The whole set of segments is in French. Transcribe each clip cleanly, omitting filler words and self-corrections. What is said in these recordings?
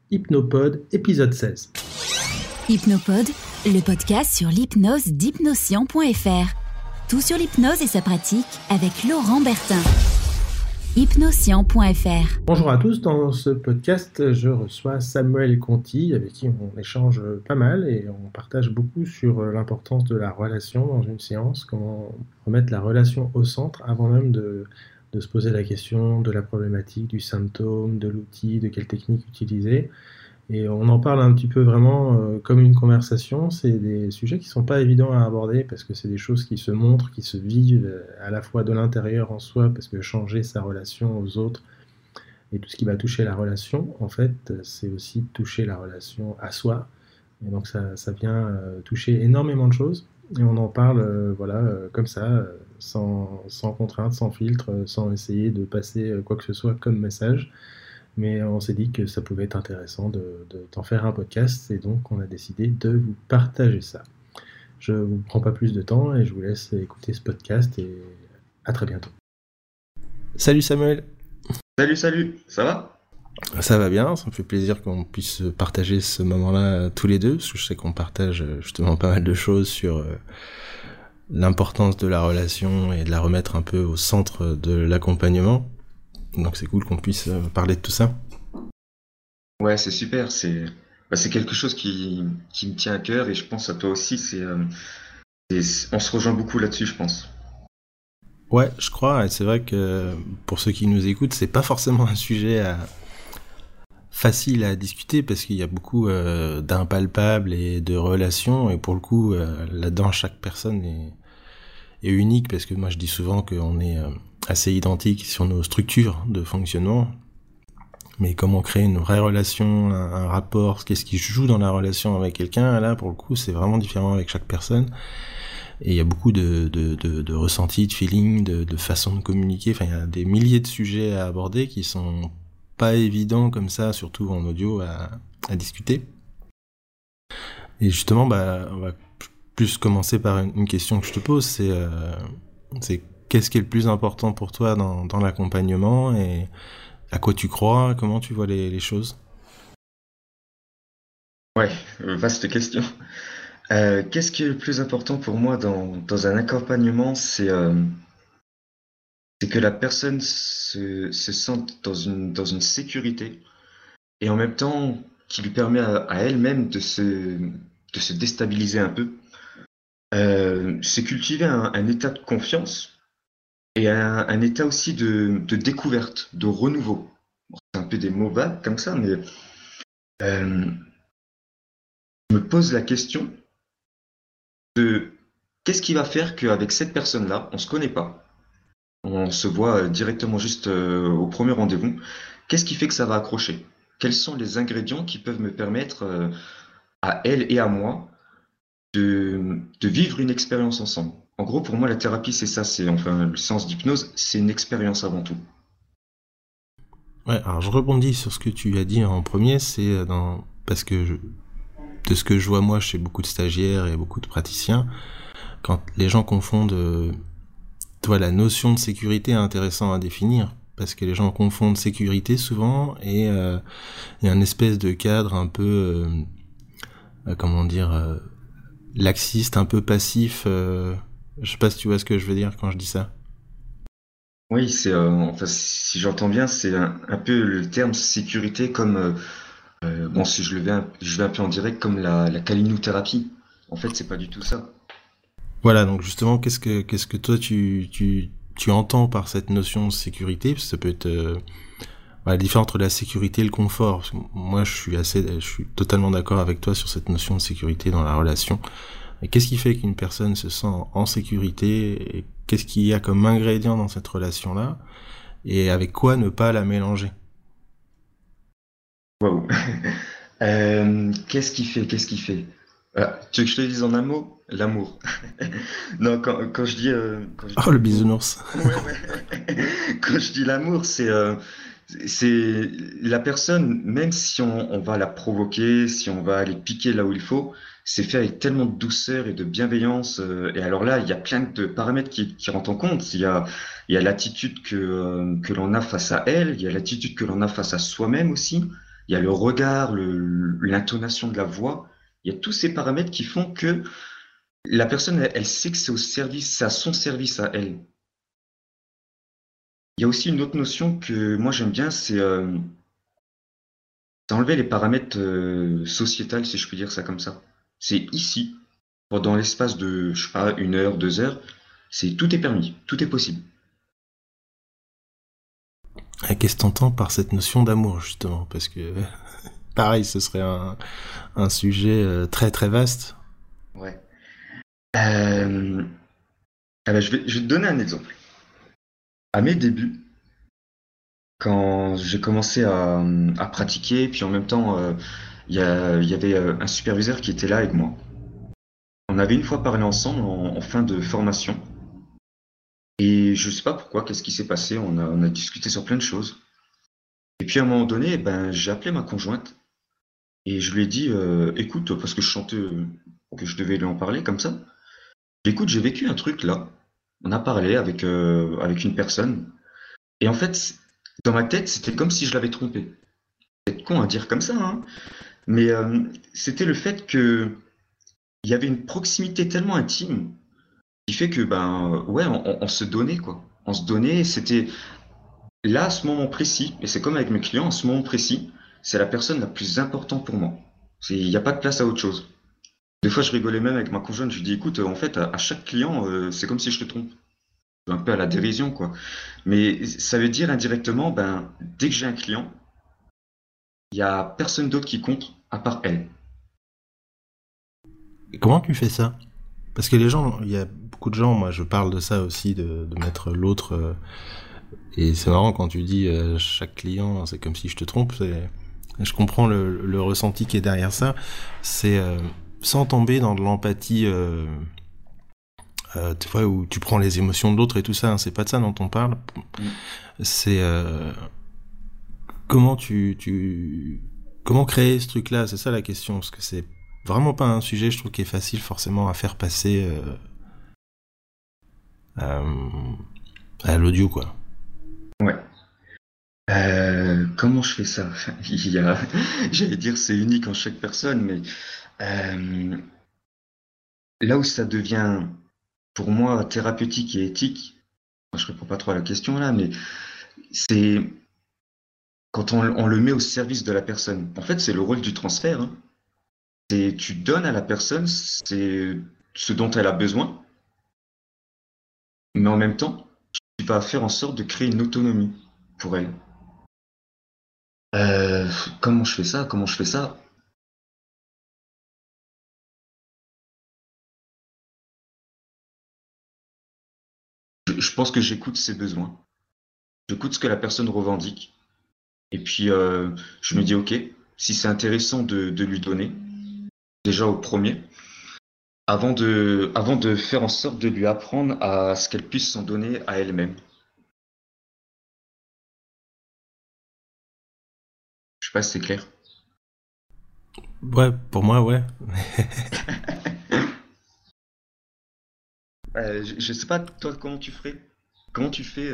Hypnopod, épisode 16. Hypnopod, le podcast sur l'hypnose d'hypnoscient.fr. Tout sur l'hypnose et sa pratique avec Laurent Bertin. Hypnoscient.fr. Bonjour à tous, dans ce podcast, je reçois Samuel Conti, avec qui on échange pas mal et on partage beaucoup sur l'importance de la relation dans une séance, comment remettre la relation au centre avant même de se poser la question de la problématique, du symptôme, de l'outil, de quelle technique utiliser. Et on en parle un petit peu vraiment comme une conversation. C'est des sujets qui ne sont pas évidents à aborder parce que c'est des choses qui se montrent, qui se vivent à la fois de l'intérieur en soi, parce que changer sa relation aux autres et tout ce qui va toucher la relation, en fait, c'est aussi toucher la relation à soi. Et donc ça vient toucher énormément de choses. Et on en parle comme ça, sans contrainte, sans filtre, sans essayer de passer quoi que ce soit comme message. Mais on s'est dit que ça pouvait être intéressant t'en faire un podcast, et donc on a décidé de vous partager ça. Je ne vous prends pas plus de temps et je vous laisse écouter ce podcast et à très bientôt. Salut Samuel. Salut, ça va ? Ça va bien, ça me fait plaisir qu'on puisse partager ce moment-là tous les deux, parce que je sais qu'on partage justement pas mal de choses sur l'importance de la relation et de la remettre un peu au centre de l'accompagnement. Donc c'est cool qu'on puisse parler de tout ça. Ouais, c'est super, c'est quelque chose qui me tient à cœur et je pense à toi aussi, on se rejoint beaucoup là-dessus, je pense. Ouais, je crois, et c'est vrai que pour ceux qui nous écoutent, c'est pas forcément un sujet facile à discuter parce qu'il y a beaucoup d'impalpables et de relations, et pour le coup, là-dedans, chaque personne est unique, parce que moi je dis souvent qu'on est assez identique sur nos structures de fonctionnement, mais comment créer une vraie relation, un rapport, qu'est-ce qui joue dans la relation avec quelqu'un, là pour le coup c'est vraiment différent avec chaque personne, et il y a beaucoup de ressentis, de feelings, de façons de communiquer, enfin il y a des milliers de sujets à aborder qui sont pas évidents comme ça, surtout en audio, à discuter. Et justement, on va plus commencer par une question que je te pose, c'est qu'est-ce qui est le plus important pour toi dans l'accompagnement, et à quoi tu crois, comment tu vois les choses ? Ouais, vaste question. Qu'est-ce qui est le plus important pour moi dans un accompagnement, c'est que la personne se sente dans une sécurité et en même temps qui lui permet à elle-même de se déstabiliser un peu. C'est cultiver un état de confiance et un état aussi de découverte, de renouveau. Bon, c'est un peu des mots vagues comme ça, mais je me pose la question de qu'est-ce qui va faire qu'avec cette personne-là, on se connaît pas, on se voit directement juste au premier rendez-vous, qu'est-ce qui fait que ça va accrocher ? Quels sont les ingrédients qui peuvent me permettre à elle et à moi de vivre une expérience ensemble. En gros, pour moi, la thérapie, c'est ça, le séance d'hypnose, c'est une expérience avant tout. Ouais, alors je rebondis sur ce que tu as dit en premier, parce que de ce que je vois moi chez beaucoup de stagiaires et beaucoup de praticiens, quand les gens confondent, la notion de sécurité est intéressant à définir, parce que les gens confondent sécurité souvent et il y a une espèce de cadre un peu, laxiste, un peu passif. Je sais pas si tu vois ce que je veux dire quand je dis ça. Oui, si j'entends bien, c'est un peu le terme sécurité comme, si je vais un peu en direct, comme la calinothérapie. En fait, c'est pas du tout ça. Voilà, donc justement, qu'est-ce que toi tu entends par cette notion de sécurité ? Parce que ça peut être la différence entre la sécurité et le confort. Parce que moi, je suis totalement d'accord avec toi sur cette notion de sécurité dans la relation. Et qu'est-ce qui fait qu'une personne se sent en sécurité, et qu'est-ce qu'il y a comme ingrédient dans cette relation-là, et avec quoi ne pas la mélanger ? Waouh. Qu'est-ce qui fait tu veux que je te dise en un mot ? L'amour. Non, quand je dis... Oh, le bisounours. Ouais. Quand je dis l'amour, c'est la personne, même si on va la provoquer, si on va aller piquer là où il faut, c'est fait avec tellement de douceur et de bienveillance. Et alors là, il y a plein de paramètres qui rentrent en compte. Il y a l'attitude que l'on a face à elle, il y a l'attitude que l'on a face à soi-même aussi. il y a le regard, l'intonation de la voix. Il y a tous ces paramètres qui font que la personne, elle sait que c'est au service, c'est à son service à elle. Il y a aussi une autre notion que moi j'aime bien, c'est enlever les paramètres sociétals, si je puis dire ça comme ça. C'est ici, pendant l'espace de, je sais pas, 1 heure, 2 heures, tout est permis, tout est possible. Et qu'est-ce que t'entends par cette notion d'amour, justement? Parce que, pareil, ce serait un sujet très très vaste. Ouais. Euh, je vais te donner un exemple. À mes débuts, quand j'ai commencé à pratiquer, puis en même temps, il y avait un superviseur qui était là avec moi. On avait une fois parlé ensemble en fin de formation. Et je sais pas pourquoi, qu'est-ce qui s'est passé, on a discuté sur plein de choses. Et puis à un moment donné, ben, j'ai appelé ma conjointe et je lui ai dit, écoute, parce que je sentais que je devais lui en parler comme ça. Écoute, j'ai vécu un truc là. On a parlé avec une personne. Et en fait, dans ma tête, c'était comme si je l'avais trompé. C'est con à dire comme ça, hein. Mais c'était le fait que il y avait une proximité tellement intime qui fait que ben ouais, on se donnait quoi. On se donnait, c'était là à ce moment précis, et c'est comme avec mes clients, à ce moment précis, c'est la personne la plus importante pour moi. Il n'y a pas de place à autre chose. Des fois, je rigolais même avec ma conjointe, je lui dis écoute, en fait, à chaque client, c'est comme si je te trompe. Un peu à la dérision, quoi. Mais ça veut dire indirectement, ben, dès que j'ai un client, il n'y a personne d'autre qui compte à part elle. Et comment tu fais ça? Parce que les gens, il y a beaucoup de gens, moi je parle de ça aussi, de mettre l'autre... et c'est marrant quand tu dis chaque client, c'est comme si je te trompe, je comprends le ressenti qui est derrière ça. C'est sans tomber dans de l'empathie... tu vois, où tu prends les émotions de l'autre et tout ça, hein, c'est pas de ça dont on parle. C'est comment comment créer ce truc-là, c'est ça la question, parce que c'est vraiment pas un sujet, je trouve, qui est facile forcément à faire passer à l'audio, quoi. Ouais. Comment je fais ça? J'allais dire c'est unique en chaque personne, mais euh, là où ça devient pour moi thérapeutique et éthique, je réponds pas trop à la question là, mais c'est quand on le met au service de la personne. En fait, c'est le rôle du transfert, hein. Tu donnes à la personne c'est ce dont elle a besoin, mais en même temps, tu vas faire en sorte de créer une autonomie pour elle. Euh, Comment je fais ça? Comment je fais ça? Je pense que j'écoute ses besoins. J'écoute ce que la personne revendique. Et puis, je me dis, OK, si c'est intéressant de lui donner, déjà au premier, avant de faire en sorte de lui apprendre à ce qu'elle puisse s'en donner à elle-même. Je sais pas si c'est clair. Ouais, pour moi, ouais. Je sais pas, toi, comment tu ferais? Comment tu fais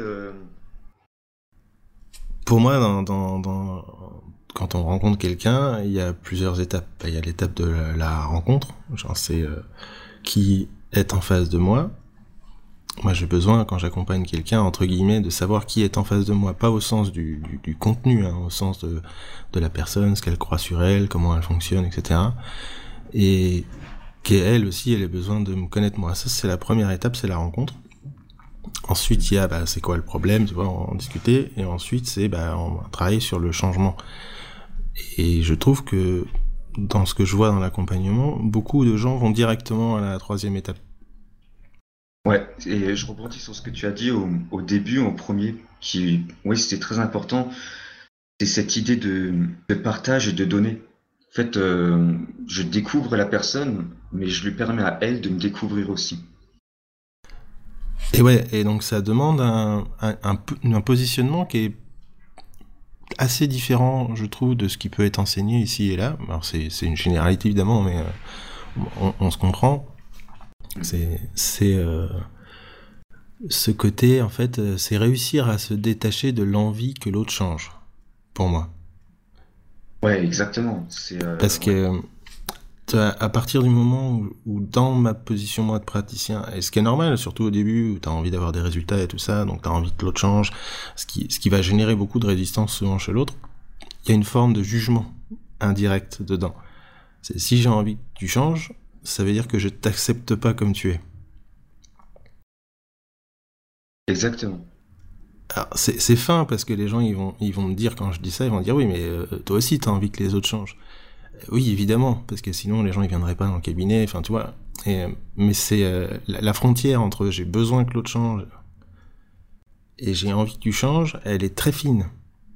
Pour moi, quand on rencontre quelqu'un, il y a plusieurs étapes. Il y a l'étape de la rencontre, genre c'est qui est en face de moi. Moi, j'ai besoin, quand j'accompagne quelqu'un, entre guillemets, de savoir qui est en face de moi, pas au sens du contenu, hein, au sens de la personne, ce qu'elle croit sur elle, comment elle fonctionne, etc. Et qu'elle aussi, elle a besoin de me connaître moi. Ça, c'est la première étape, c'est la rencontre. Ensuite, il y a, c'est quoi le problème, tu vois, en discuter. Et ensuite, on va travailler sur le changement. Et je trouve que, dans ce que je vois dans l'accompagnement, beaucoup de gens vont directement à la troisième étape. Ouais, et je rebondis sur ce que tu as dit au début, au premier, oui, c'était très important. C'est cette idée de partage et de donner. En fait, je découvre la personne, mais je lui permets à elle de me découvrir aussi. Et ouais, et donc ça demande un positionnement qui est assez différent, je trouve, de ce qui peut être enseigné ici et là. Alors c'est une généralité évidemment, mais on se comprend. C'est ce côté, en fait, c'est réussir à se détacher de l'envie que l'autre change, pour moi. Ouais, exactement. C'est Parce ouais, que à partir du moment où dans ma position moi de praticien, et ce qui est normal, surtout au début où t'as envie d'avoir des résultats et tout ça, donc t'as envie que l'autre change, ce qui va générer beaucoup de résistance souvent chez l'autre, il y a une forme de jugement indirect dedans. Si j'ai envie que tu changes, ça veut dire que je t'accepte pas comme tu es. exactement. Alors, c'est fin parce que les gens ils vont me dire quand je dis ça, ils vont dire oui mais toi aussi t'as envie que les autres changent. Oui évidemment parce que sinon les gens ils viendraient pas dans le cabinet, enfin tu vois. Mais c'est la frontière entre j'ai besoin que l'autre change et j'ai envie que tu changes, elle est très fine.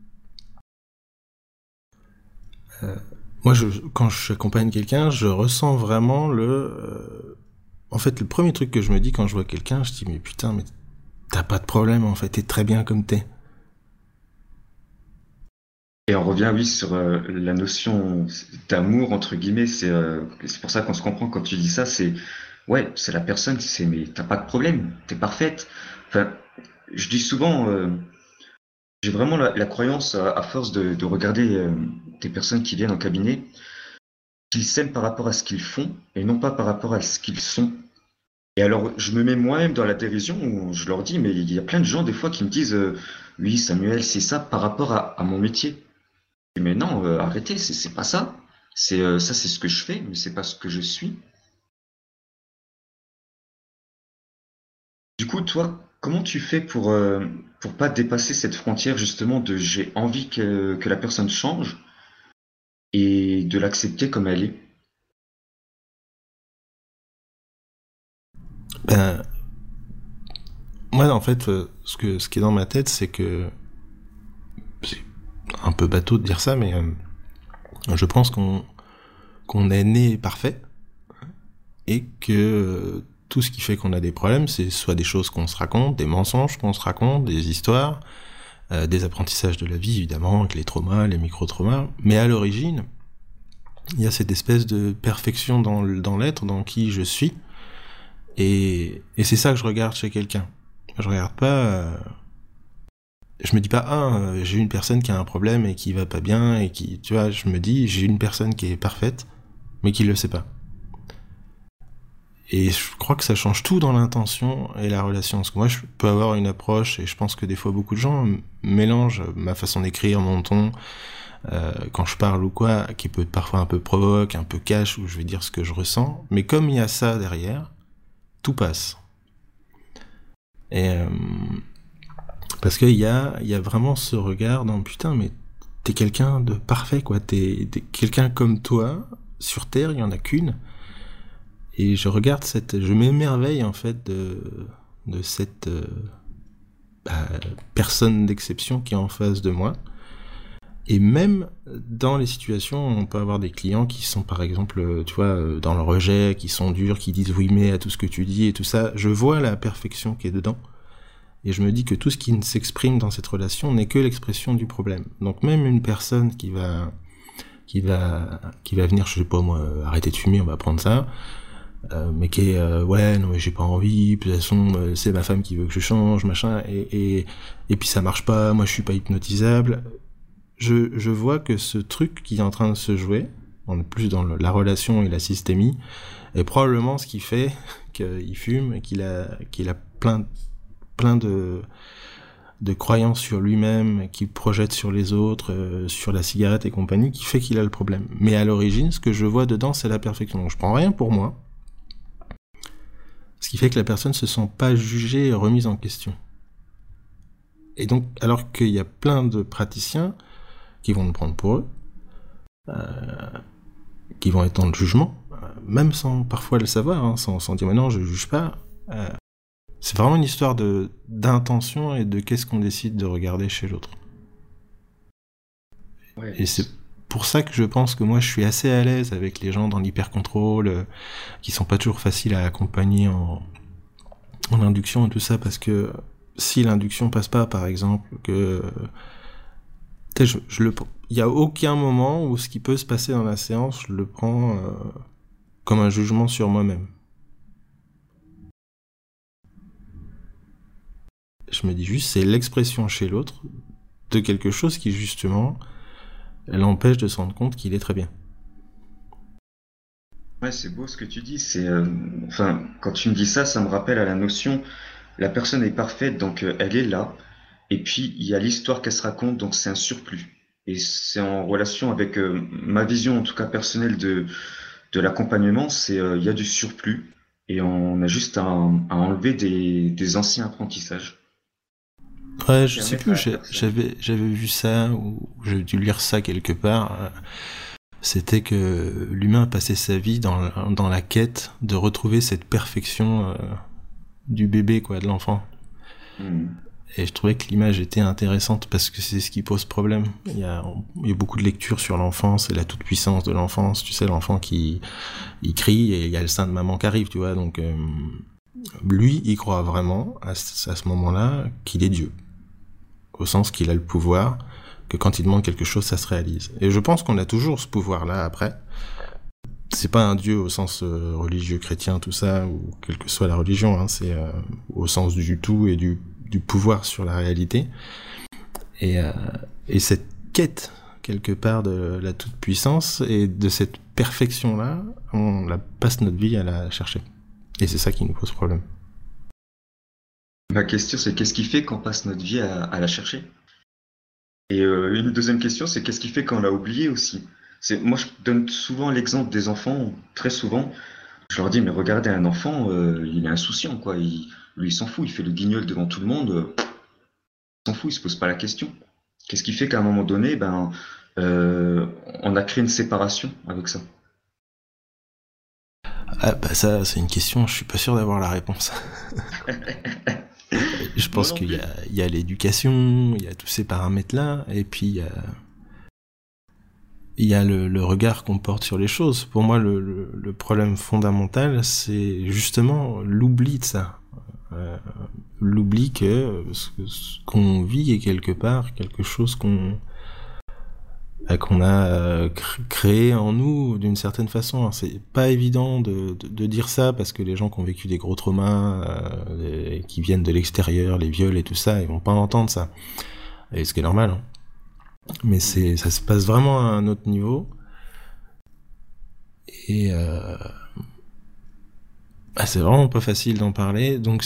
Euh, Moi quand j'accompagne quelqu'un, je ressens vraiment en fait le premier truc que je me dis quand je vois quelqu'un, je dis mais putain mais t'as pas de problème en fait, t'es très bien comme t'es. Et on revient, oui, sur la notion d'amour, entre guillemets. C'est pour ça qu'on se comprend quand tu dis ça. Ouais, c'est la personne, mais t'as pas de problème, t'es parfaite. Enfin, je dis souvent, j'ai vraiment la croyance, à force de regarder des personnes qui viennent en cabinet, qu'ils s'aiment par rapport à ce qu'ils font et non pas par rapport à ce qu'ils sont. Et alors, je me mets moi-même dans la dérision où je leur dis, mais il y a plein de gens des fois qui me disent, oui, Samuel, c'est ça par rapport à mon métier. Mais non, arrêtez, c'est pas ça. Ça, c'est ce que je fais, mais c'est pas ce que je suis. Du coup, toi, comment tu fais pour pas dépasser cette frontière justement de j'ai envie que la personne change et de l'accepter comme elle est? Ben moi en fait ce qui est dans ma tête c'est que c'est un peu bateau de dire ça mais je pense qu'on est né parfait et que tout ce qui fait qu'on a des problèmes, c'est soit des choses qu'on se raconte, des mensonges qu'on se raconte, des histoires, des apprentissages de la vie évidemment, avec les traumas, les micro-traumas, mais à l'origine, il y a cette espèce de perfection dans l'être, dans qui je suis, et c'est ça que je regarde chez quelqu'un. Je regarde pas, je me dis pas j'ai une personne qui a un problème et qui va pas bien et qui, tu vois, je me dis j'ai une personne qui est parfaite, mais qui le sait pas. Et je crois que ça change tout dans l'intention et la relation. Parce que moi, je peux avoir une approche, et je pense que des fois, beaucoup de gens mélangent ma façon d'écrire, mon ton, quand je parle ou quoi, qui peut être parfois un peu provoque, un peu cash, où je vais dire ce que je ressens. Mais comme il y a ça derrière, tout passe. Et parce qu'il y a vraiment ce regard dans putain, mais t'es quelqu'un de parfait, quoi. T'es quelqu'un comme toi. Sur Terre, il y en a qu'une. Et je m'émerveille en fait de cette personne d'exception qui est en face de moi. Et même dans les situations où on peut avoir des clients qui sont par exemple, tu vois, dans le rejet, qui sont durs, qui disent oui mais à tout ce que tu dis et tout ça, je vois la perfection qui est dedans. Et je me dis que tout ce qui ne s'exprime dans cette relation n'est que l'expression du problème. Donc même une personne qui va venir, je sais pas moi, arrêter de fumer, on va prendre ça, mais qui est ouais non mais j'ai pas envie, de toute façon c'est ma femme qui veut que je change machin et puis ça marche pas, moi je suis pas hypnotisable. Je vois que ce truc qui est en train de se jouer, on est plus dans la relation et la systémie, est probablement ce qui fait qu'il fume et qu'il a plein de croyances sur lui-même, qu'il projette sur les autres, sur la cigarette et compagnie, qui fait qu'il a le problème. Mais à l'origine, ce que je vois dedans, c'est la perfection. Donc je prends rien pour moi, ce qui fait que la personne se sent pas jugée et remise en question. Et donc, alors qu'il y a plein de praticiens qui vont le prendre pour eux, qui vont être dans le jugement, même sans parfois le savoir, hein, sans dire mais non, je juge pas. C'est vraiment une histoire d'intention et de qu'est-ce qu'on décide de regarder chez l'autre. Ouais, Et c'est pour ça que je pense que moi je suis assez à l'aise avec les gens dans l'hyper-contrôle, qui sont pas toujours faciles à accompagner en induction et tout ça, parce que si l'induction passe pas, par exemple, que il y a aucun moment où ce qui peut se passer dans la séance, je le prends comme un jugement sur moi-même. Je me dis juste, c'est l'expression chez l'autre de quelque chose qui justement l'empêche de se rendre compte qu'il est très bien. Ouais, c'est beau ce que tu dis. Enfin, quand tu me dis ça, ça me rappelle à la notion, la personne est parfaite, donc elle est là. Et puis il y a l'histoire qu'elle se raconte, donc c'est un surplus. Et c'est en relation avec ma vision, en tout cas personnelle, de l'accompagnement, il y a du surplus et on a juste à enlever des anciens apprentissages Ouais, pour je sais permettre à plus, la personne. j'avais vu ça, ou j'ai dû lire ça quelque part. C'était que l'humain passait sa vie dans la quête de retrouver cette perfection du bébé, quoi, de l'enfant. Hmm. Et je trouvais que l'image était intéressante parce que c'est ce qui pose problème. Il y a beaucoup de lectures sur l'enfance et la toute-puissance de l'enfance. Tu sais, l'enfant qui il crie et il y a le sein de maman qui arrive, tu vois. Donc, lui, il croit vraiment, à ce moment-là, qu'il est Dieu. Au sens qu'il a le pouvoir, que quand il demande quelque chose, ça se réalise. Et je pense qu'on a toujours ce pouvoir-là après. C'est pas un Dieu au sens religieux chrétien, tout ça, ou quelle que soit la religion, hein, c'est au sens du tout et du pouvoir sur la réalité. Et, euh, et cette quête, quelque part, de la toute-puissance et de cette perfection-là, passe notre vie à la chercher. Et c'est ça qui nous pose problème. Ma question, c'est qu'est-ce qui fait qu'on passe notre vie à la chercher? Et une deuxième question, c'est qu'est-ce qui fait qu'on l'a oublié aussi? Moi, je donne souvent l'exemple des enfants, très souvent. Je leur dis, mais regardez un enfant, il est insouciant, quoi. Lui, il s'en fout, il fait le guignol devant tout le monde, il s'en fout, il se pose pas la question. Qu'est-ce qui fait qu'à un moment donné, euh, on a créé une séparation avec ça? Ah bah ça, c'est une question, je suis pas sûr d'avoir la réponse. Je Moi pense non plus. il y a l'éducation, il y a tous ces paramètres-là, et puis il y a le regard qu'on porte sur les choses. Pour moi, le problème fondamental, c'est justement l'oubli de ça. Euh, L'oubli que ce qu'on vit est quelque part quelque chose qu'on a créé en nous d'une certaine façon. C'est pas évident de dire ça parce que les gens qui ont vécu des gros traumas, et qui viennent de l'extérieur, les viols et tout ça, ils vont pas entendre ça. Et ce qui est normal, hein. Mais ça se passe vraiment à un autre niveau. Et c'est vraiment pas facile d'en parler. Donc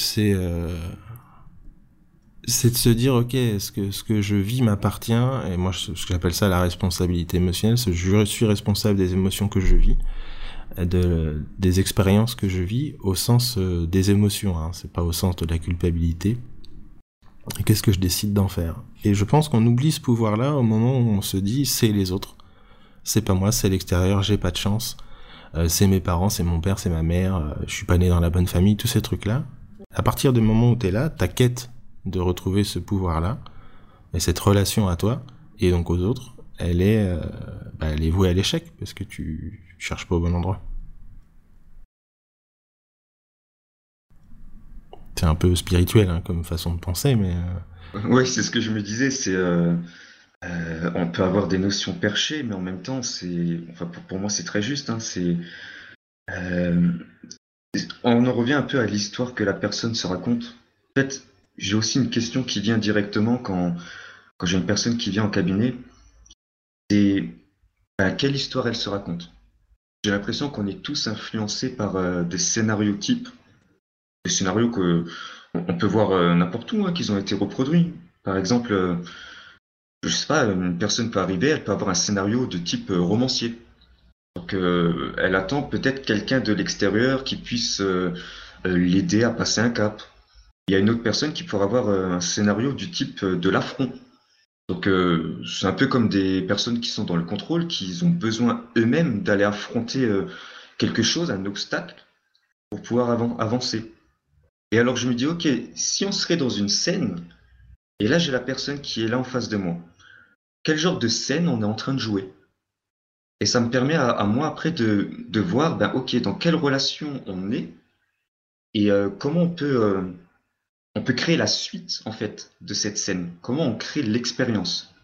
c'est de se dire, ok, est-ce que ce que je vis m'appartient? Et moi, ce que j'appelle ça la responsabilité émotionnelle, c'est que je suis responsable des émotions que je vis, des expériences que je vis, au sens des émotions, hein. C'est pas au sens de la culpabilité. Et qu'est-ce que je décide d'en faire? Et je pense qu'on oublie ce pouvoir-là au moment où on se dit, c'est les autres. C'est pas moi, c'est l'extérieur, j'ai pas de chance. C'est mes parents, c'est mon père, c'est ma mère, je suis pas né dans la bonne famille, tous ces trucs-là. À partir du moment où t'es là, ta quête de retrouver ce pouvoir-là, et cette relation à toi, et donc aux autres, elle est vouée à l'échec, parce que tu cherches pas au bon endroit. C'est un peu spirituel, hein, comme façon de penser, mais Oui, c'est ce que je me disais, on peut avoir des notions perchées, mais en même temps, enfin, pour moi, c'est très juste, hein, euh, on en revient un peu à l'histoire que la personne se raconte. En fait, j'ai aussi une question qui vient directement quand j'ai une personne qui vient en cabinet, c'est quelle histoire elle se raconte. J'ai l'impression qu'on est tous influencés par des scénarios types, des scénarios que on peut voir n'importe où, hein, qu'ils ont été reproduits. Par exemple, je sais pas, une personne peut arriver, elle peut avoir un scénario de type romancier. Donc, elle attend peut-être quelqu'un de l'extérieur qui puisse l'aider à passer un cap. Il y a une autre personne qui pourrait avoir un scénario du type de l'affront. Donc, c'est un peu comme des personnes qui sont dans le contrôle, qui ont besoin eux-mêmes d'aller affronter quelque chose, un obstacle, pour pouvoir avancer. Et alors, je me dis, ok, si on serait dans une scène, et là, j'ai la personne qui est là en face de moi, quel genre de scène on est en train de jouer? Et ça me permet à moi après de voir, ben, ok, dans quelle relation on est et comment on peut créer la suite en fait de cette scène. Comment on crée l'expérience.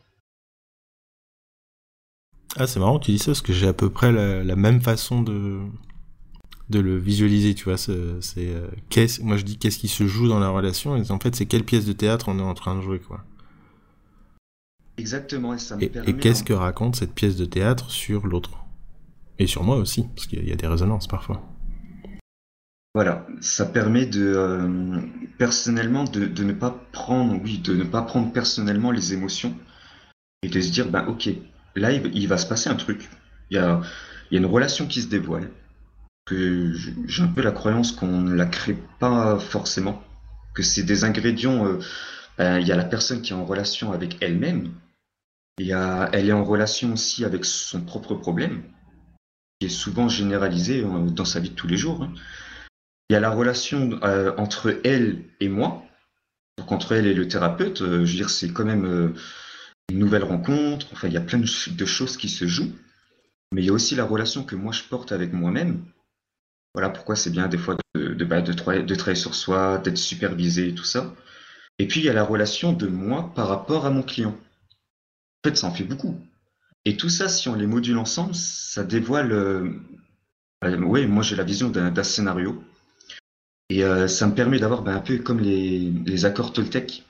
c'est marrant que tu dis ça, parce que j'ai à peu près la même façon de le visualiser, tu vois. Moi je dis qu'est-ce qui se joue dans la relation, et en fait c'est quelle pièce de théâtre on est en train de jouer, quoi. Exactement, et ça me Et permet... qu'est-ce que raconte cette pièce de théâtre sur l'autre? Et sur moi aussi, parce qu'il y a des résonances parfois. Voilà, ça permet personnellement de ne pas prendre, oui, de ne pas prendre personnellement les émotions et de se dire, ben ok, là il va se passer un truc. Il y a une relation qui se dévoile, que j'ai un peu la croyance qu'on ne la crée pas forcément, que c'est des ingrédients. Ben, il y a la personne qui est en relation avec elle-même, elle est en relation aussi avec son propre problème, qui est souvent généralisé dans sa vie de tous les jours, hein. Il y a la relation entre elle et moi, donc entre elle et le thérapeute. Je veux dire, c'est quand même une nouvelle rencontre. Enfin, il y a plein de choses qui se jouent. Mais il y a aussi la relation que moi je porte avec moi-même. Voilà pourquoi c'est bien des fois de travailler sur soi, d'être supervisé, tout ça. Et puis il y a la relation de moi par rapport à mon client. En fait, ça en fait beaucoup. Et tout ça, si on les module ensemble, ça dévoile. Ouais, moi j'ai la vision d'un scénario. Et ça me permet d'avoir un peu comme les accords Toltec,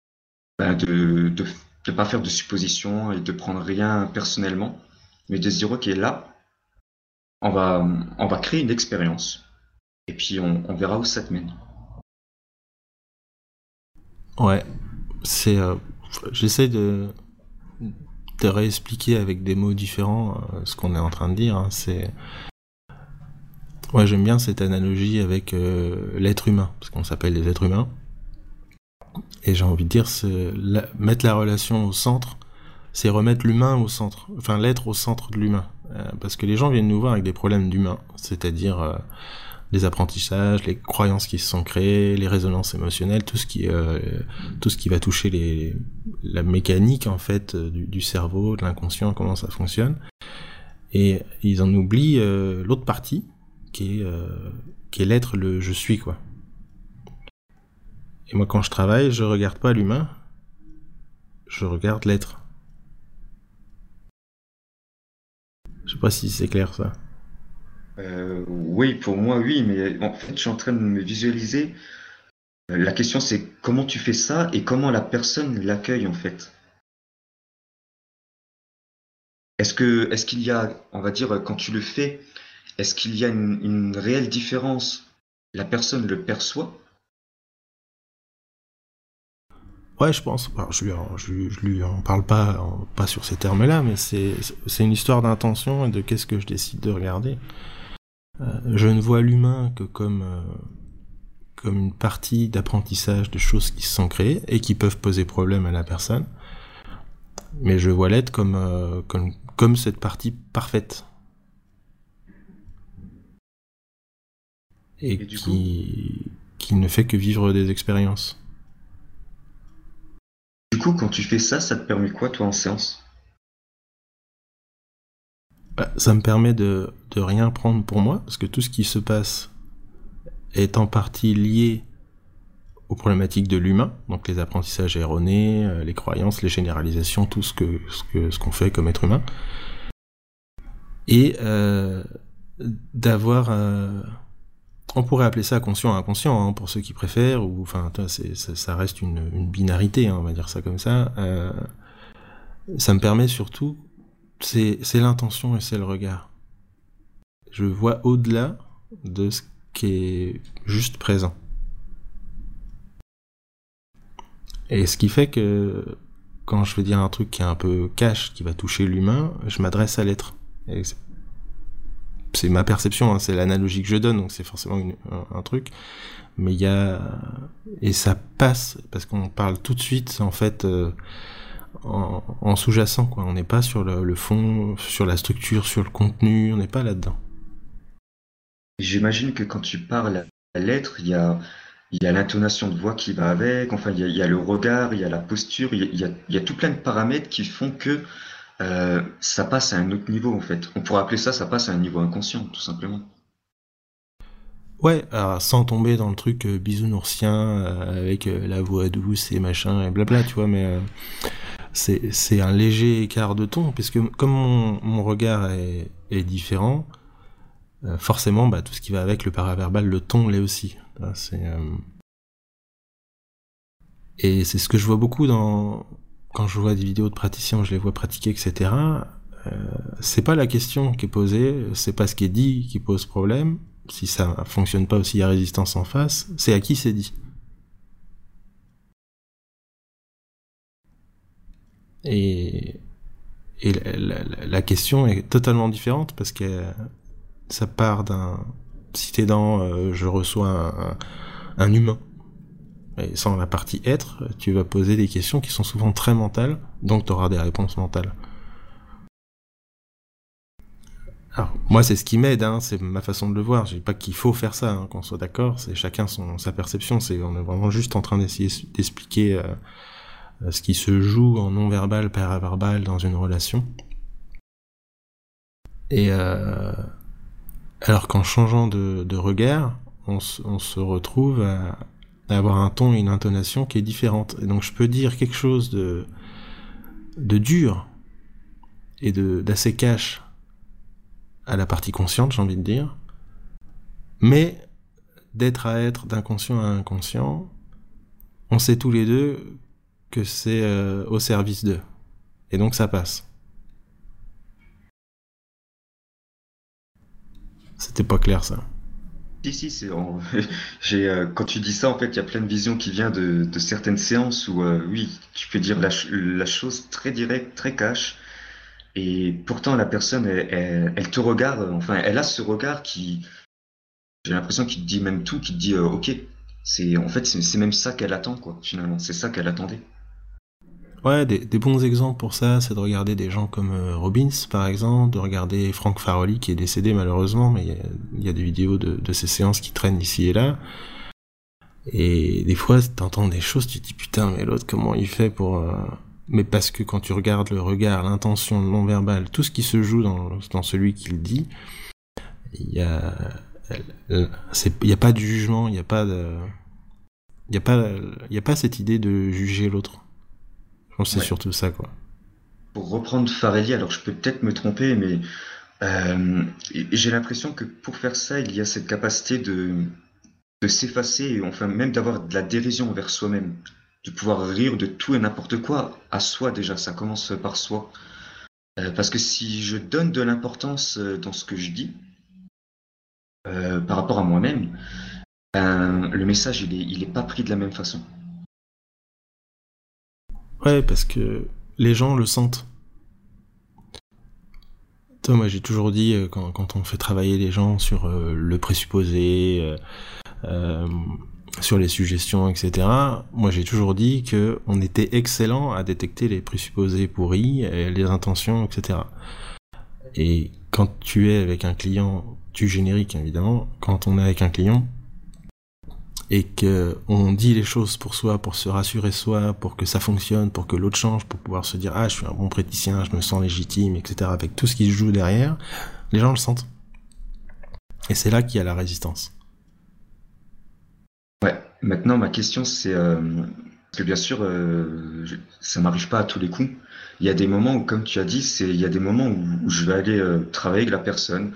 de pas faire de suppositions et de prendre rien personnellement, mais de se dire ok là, on va, on va créer une expérience et puis on verra où ça te mène. Ouais, c'est... j'essaie de réexpliquer avec des mots différents ce qu'on est en train de dire. Hein. Ouais, j'aime bien cette analogie avec l'être humain, parce qu'on s'appelle les êtres humains. Et j'ai envie de dire, mettre la relation au centre, c'est remettre l'humain au centre, enfin l'être au centre de l'humain. Parce que les gens viennent nous voir avec des problèmes d'humain, c'est-à-dire les apprentissages, les croyances qui se sont créées, les résonances émotionnelles, tout ce qui va toucher la mécanique en fait du cerveau, de l'inconscient, comment ça fonctionne. Et ils en oublient l'autre partie, qui est l'être, le je suis, quoi. Et moi, quand je travaille, je regarde pas l'humain, je regarde l'être. Je sais pas si c'est clair, ça. Oui, pour moi, oui, mais en fait, je suis en train de me visualiser. La question, c'est comment tu fais ça et comment la personne l'accueille, en fait. Est-ce qu'il y a, on va dire, quand tu le fais, est-ce qu'il y a une réelle différence? La personne le perçoit? Ouais, je pense. Alors, je lui en parle pas sur ces termes-là, mais c'est une histoire d'intention et de qu'est-ce que je décide de regarder. Je ne vois l'humain que comme une partie d'apprentissage de choses qui se sont créées et qui peuvent poser problème à la personne. Mais je vois l'être comme cette partie parfaite. Et qui ne fait que vivre des expériences. Du coup, quand tu fais ça, ça te permet quoi, toi, en séance? Ça me permet de rien prendre pour moi, parce que tout ce qui se passe est en partie lié aux problématiques de l'humain, donc les apprentissages erronés, les croyances, les généralisations, tout ce qu'on fait comme être humain. Et d'avoir... on pourrait appeler ça conscient inconscient, hein, pour ceux qui préfèrent, ou enfin ça reste une binarité, hein, on va dire ça comme ça. Ça me permet surtout, c'est l'intention et c'est le regard. Je vois au-delà de ce qui est juste présent. Et ce qui fait que quand je vais dire un truc qui est un peu cash, qui va toucher l'humain, je m'adresse à l'être. Et c'est ma perception, hein, c'est l'analogie que je donne, donc c'est forcément un truc. Mais il y a... Et ça passe, parce qu'on parle tout de suite, en fait, en sous-jacent, quoi. On n'est pas sur le fond, sur la structure, sur le contenu, on n'est pas là-dedans. J'imagine que quand tu parles à l'être, il y a l'intonation de voix qui va avec, enfin, il y a le regard, il y a la posture, il y a tout plein de paramètres qui font que ça passe à un autre niveau, en fait. On pourrait appeler ça passe à un niveau inconscient, tout simplement. Ouais, alors, sans tomber dans le truc bisounoursien, avec la voix douce et machin et blabla, tu vois, mais c'est un léger écart de ton, puisque comme mon regard est différent, forcément, tout ce qui va avec le paraverbal, le ton l'est aussi. Et c'est ce que je vois beaucoup quand je vois des vidéos de praticiens, je les vois pratiquer, etc., c'est pas la question qui est posée, c'est pas ce qui est dit qui pose problème. Si ça fonctionne pas aussi, il y a résistance en face, c'est à qui c'est dit. Et la question est totalement différente parce que ça part d'un... Si t'es dans je reçois un humain, et sans la partie être, tu vas poser des questions qui sont souvent très mentales, donc tu auras des réponses mentales. Alors, moi, c'est ce qui m'aide, hein, c'est ma façon de le voir. Je dis pas qu'il faut faire ça, hein, qu'on soit d'accord, c'est chacun sa perception. On est vraiment juste en train d'essayer d'expliquer ce qui se joue en non-verbal, paraverbal dans une relation. Et alors qu'en changeant de regard, on se retrouve à avoir un ton et une intonation qui est différente. Et donc je peux dire quelque chose de dur et d'assez cash à la partie consciente, j'ai envie de dire, mais d'être à être, d'inconscient à inconscient, on sait tous les deux que c'est au service d'eux. Et donc ça passe. C'était pas clair, ça. Si, quand tu dis ça, en fait, il y a plein de visions qui viennent de certaines séances où, oui, tu peux dire la chose très directe, très cash, et pourtant la personne, elle te regarde, enfin, elle a ce regard j'ai l'impression qu'il te dit même tout, qu'il te dit, ok, en fait, c'est même ça qu'elle attend, quoi, finalement, c'est ça qu'elle attendait. Ouais, des bons exemples pour ça, c'est de regarder des gens comme Robbins, par exemple, de regarder Frank Farolli, qui est décédé malheureusement, mais il y a des vidéos de ces séances qui traînent ici et là. Et des fois, t'entends des choses, tu te dis putain, mais l'autre, comment il fait pour... Mais parce que quand tu regardes le regard, l'intention, le non-verbal, tout ce qui se joue dans celui qui le dit, il y a pas de jugement, il y a pas cette idée de juger l'autre. Je pense que c'est surtout ça, quoi. Pour reprendre Farelli, alors je peux peut-être me tromper, mais j'ai l'impression que pour faire ça, il y a cette capacité de s'effacer, et enfin même d'avoir de la dérision envers soi-même, de pouvoir rire de tout et n'importe quoi, à soi déjà, ça commence par soi. Parce que si je donne de l'importance dans ce que je dis, par rapport à moi-même, le message il est pas pris de la même façon. Ouais, parce que les gens le sentent. Toi, moi j'ai toujours dit, quand on fait travailler les gens sur le présupposé, sur les suggestions, etc., moi j'ai toujours dit que on était excellent à détecter les présupposés pourris, les intentions, etc. Et quand tu es avec un client, tu génériques évidemment, quand on est avec un client, et que on dit les choses pour soi, pour se rassurer soi, pour que ça fonctionne, pour que l'autre change, pour pouvoir se dire je suis un bon praticien, je me sens légitime, etc. Avec tout ce qui se joue derrière, les gens le sentent. Et c'est là qu'il y a la résistance. Ouais. Maintenant ma question c'est parce que bien sûr ça m'arrive pas à tous les coups. Il y a des moments où, comme tu as dit, il y a des moments où je vais aller travailler avec la personne.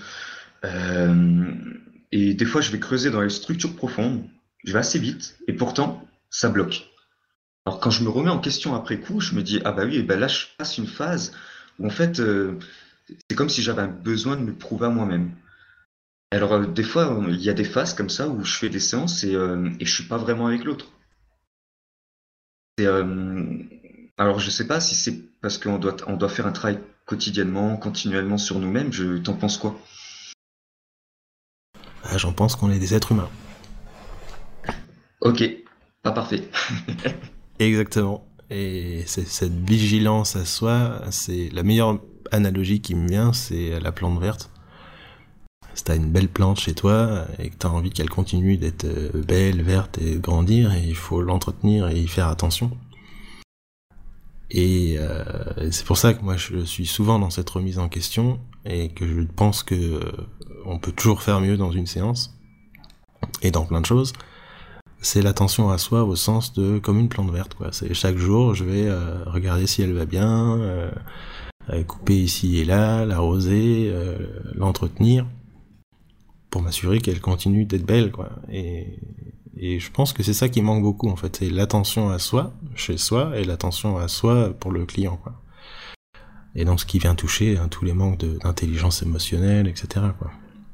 Et des fois je vais creuser dans les structures profondes. Je vais assez vite, et pourtant, ça bloque. Alors quand je me remets en question après coup, je me dis, ah bah oui, et ben là je passe une phase où en fait, c'est comme si j'avais un besoin de me prouver à moi-même. Alors des fois, il y a des phases comme ça où je fais des séances et je suis pas vraiment avec l'autre. Et, alors je sais pas si c'est parce on doit faire un travail quotidiennement, continuellement sur nous-mêmes, t'en penses quoi? J'en pense qu'on est des êtres humains. Ok, pas parfait. Exactement. Et c'est cette vigilance à soi, c'est la meilleure analogie qui me vient, c'est la plante verte. Si t'as une belle plante chez toi et que t'as envie qu'elle continue d'être belle, verte et de grandir, et il faut l'entretenir et y faire attention. Et c'est pour ça que moi je suis souvent dans cette remise en question et que je pense que on peut toujours faire mieux dans une séance et dans plein de choses. C'est l'attention à soi au sens de comme une plante verte, quoi. C'est chaque jour, je vais regarder si elle va bien, couper ici et là, l'arroser, l'entretenir, pour m'assurer qu'elle continue d'être belle, quoi. Et Et je pense que c'est ça qui manque beaucoup, en fait. C'est l'attention à soi, chez soi, et l'attention à soi pour le client, quoi. Et donc, ce qui vient toucher tous les manques d'intelligence émotionnelle, etc., quoi.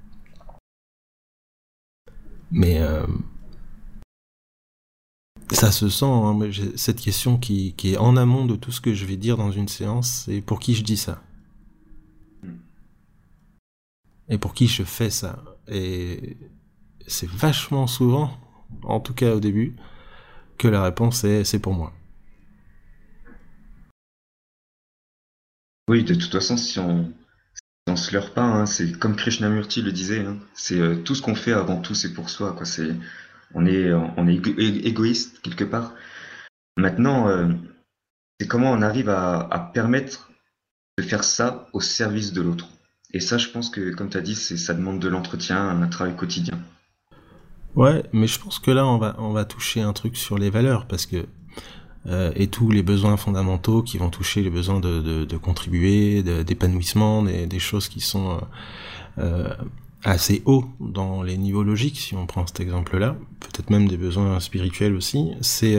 Mais ça se sent, hein, mais cette question qui est en amont de tout ce que je vais dire dans une séance, c'est pour qui je dis ça. Et pour qui je fais ça. Et c'est vachement souvent, en tout cas au début, que la réponse est c'est pour moi. Oui, de toute façon, si on se leurre pas, hein, c'est comme Krishnamurti le disait, hein, c'est tout ce qu'on fait avant tout, c'est pour soi, quoi. On est égoïste quelque part. Maintenant, c'est comment on arrive à permettre de faire ça au service de l'autre. Et ça, je pense que, comme tu as dit, ça demande de l'entretien, un travail quotidien. Ouais, mais je pense que là, on va toucher un truc sur les valeurs, parce que et tous les besoins fondamentaux qui vont toucher les besoins de contribuer, d'épanouissement, des choses qui sont assez hauts dans les niveaux logiques, si on prend cet exemple-là, peut-être même des besoins spirituels aussi, c'est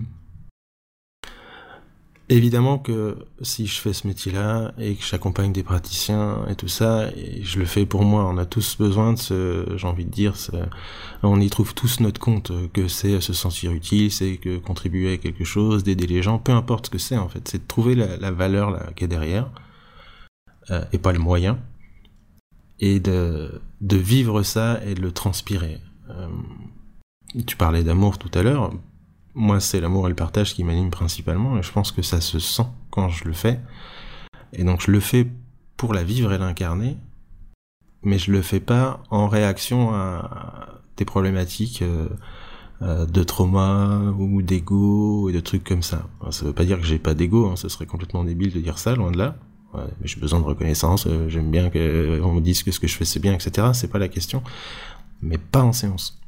évidemment que si je fais ce métier-là et que j'accompagne des praticiens et tout ça, et je le fais pour moi, on a tous besoin de j'ai envie de dire, on y trouve tous notre compte, que c'est se sentir utile, c'est que contribuer à quelque chose, d'aider les gens, peu importe ce que c'est en fait, c'est de trouver la valeur là, qui est derrière, et pas le moyen, et de vivre ça et de le transpirer. Tu parlais d'amour tout à l'heure. Moi, c'est l'amour et le partage qui m'animent principalement, et je pense que ça se sent quand je le fais. Et donc, je le fais pour la vivre et l'incarner, mais je le fais pas en réaction à des problématiques de trauma ou d'ego et de trucs comme ça. Alors, ça veut pas dire que j'ai pas d'ego, hein, ce serait complètement débile de dire ça, loin de là. Ouais, mais j'ai besoin de reconnaissance, j'aime bien qu'on me dise que ce que je fais c'est bien, etc. C'est pas la question, mais pas en séance.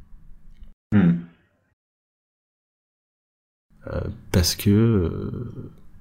Parce que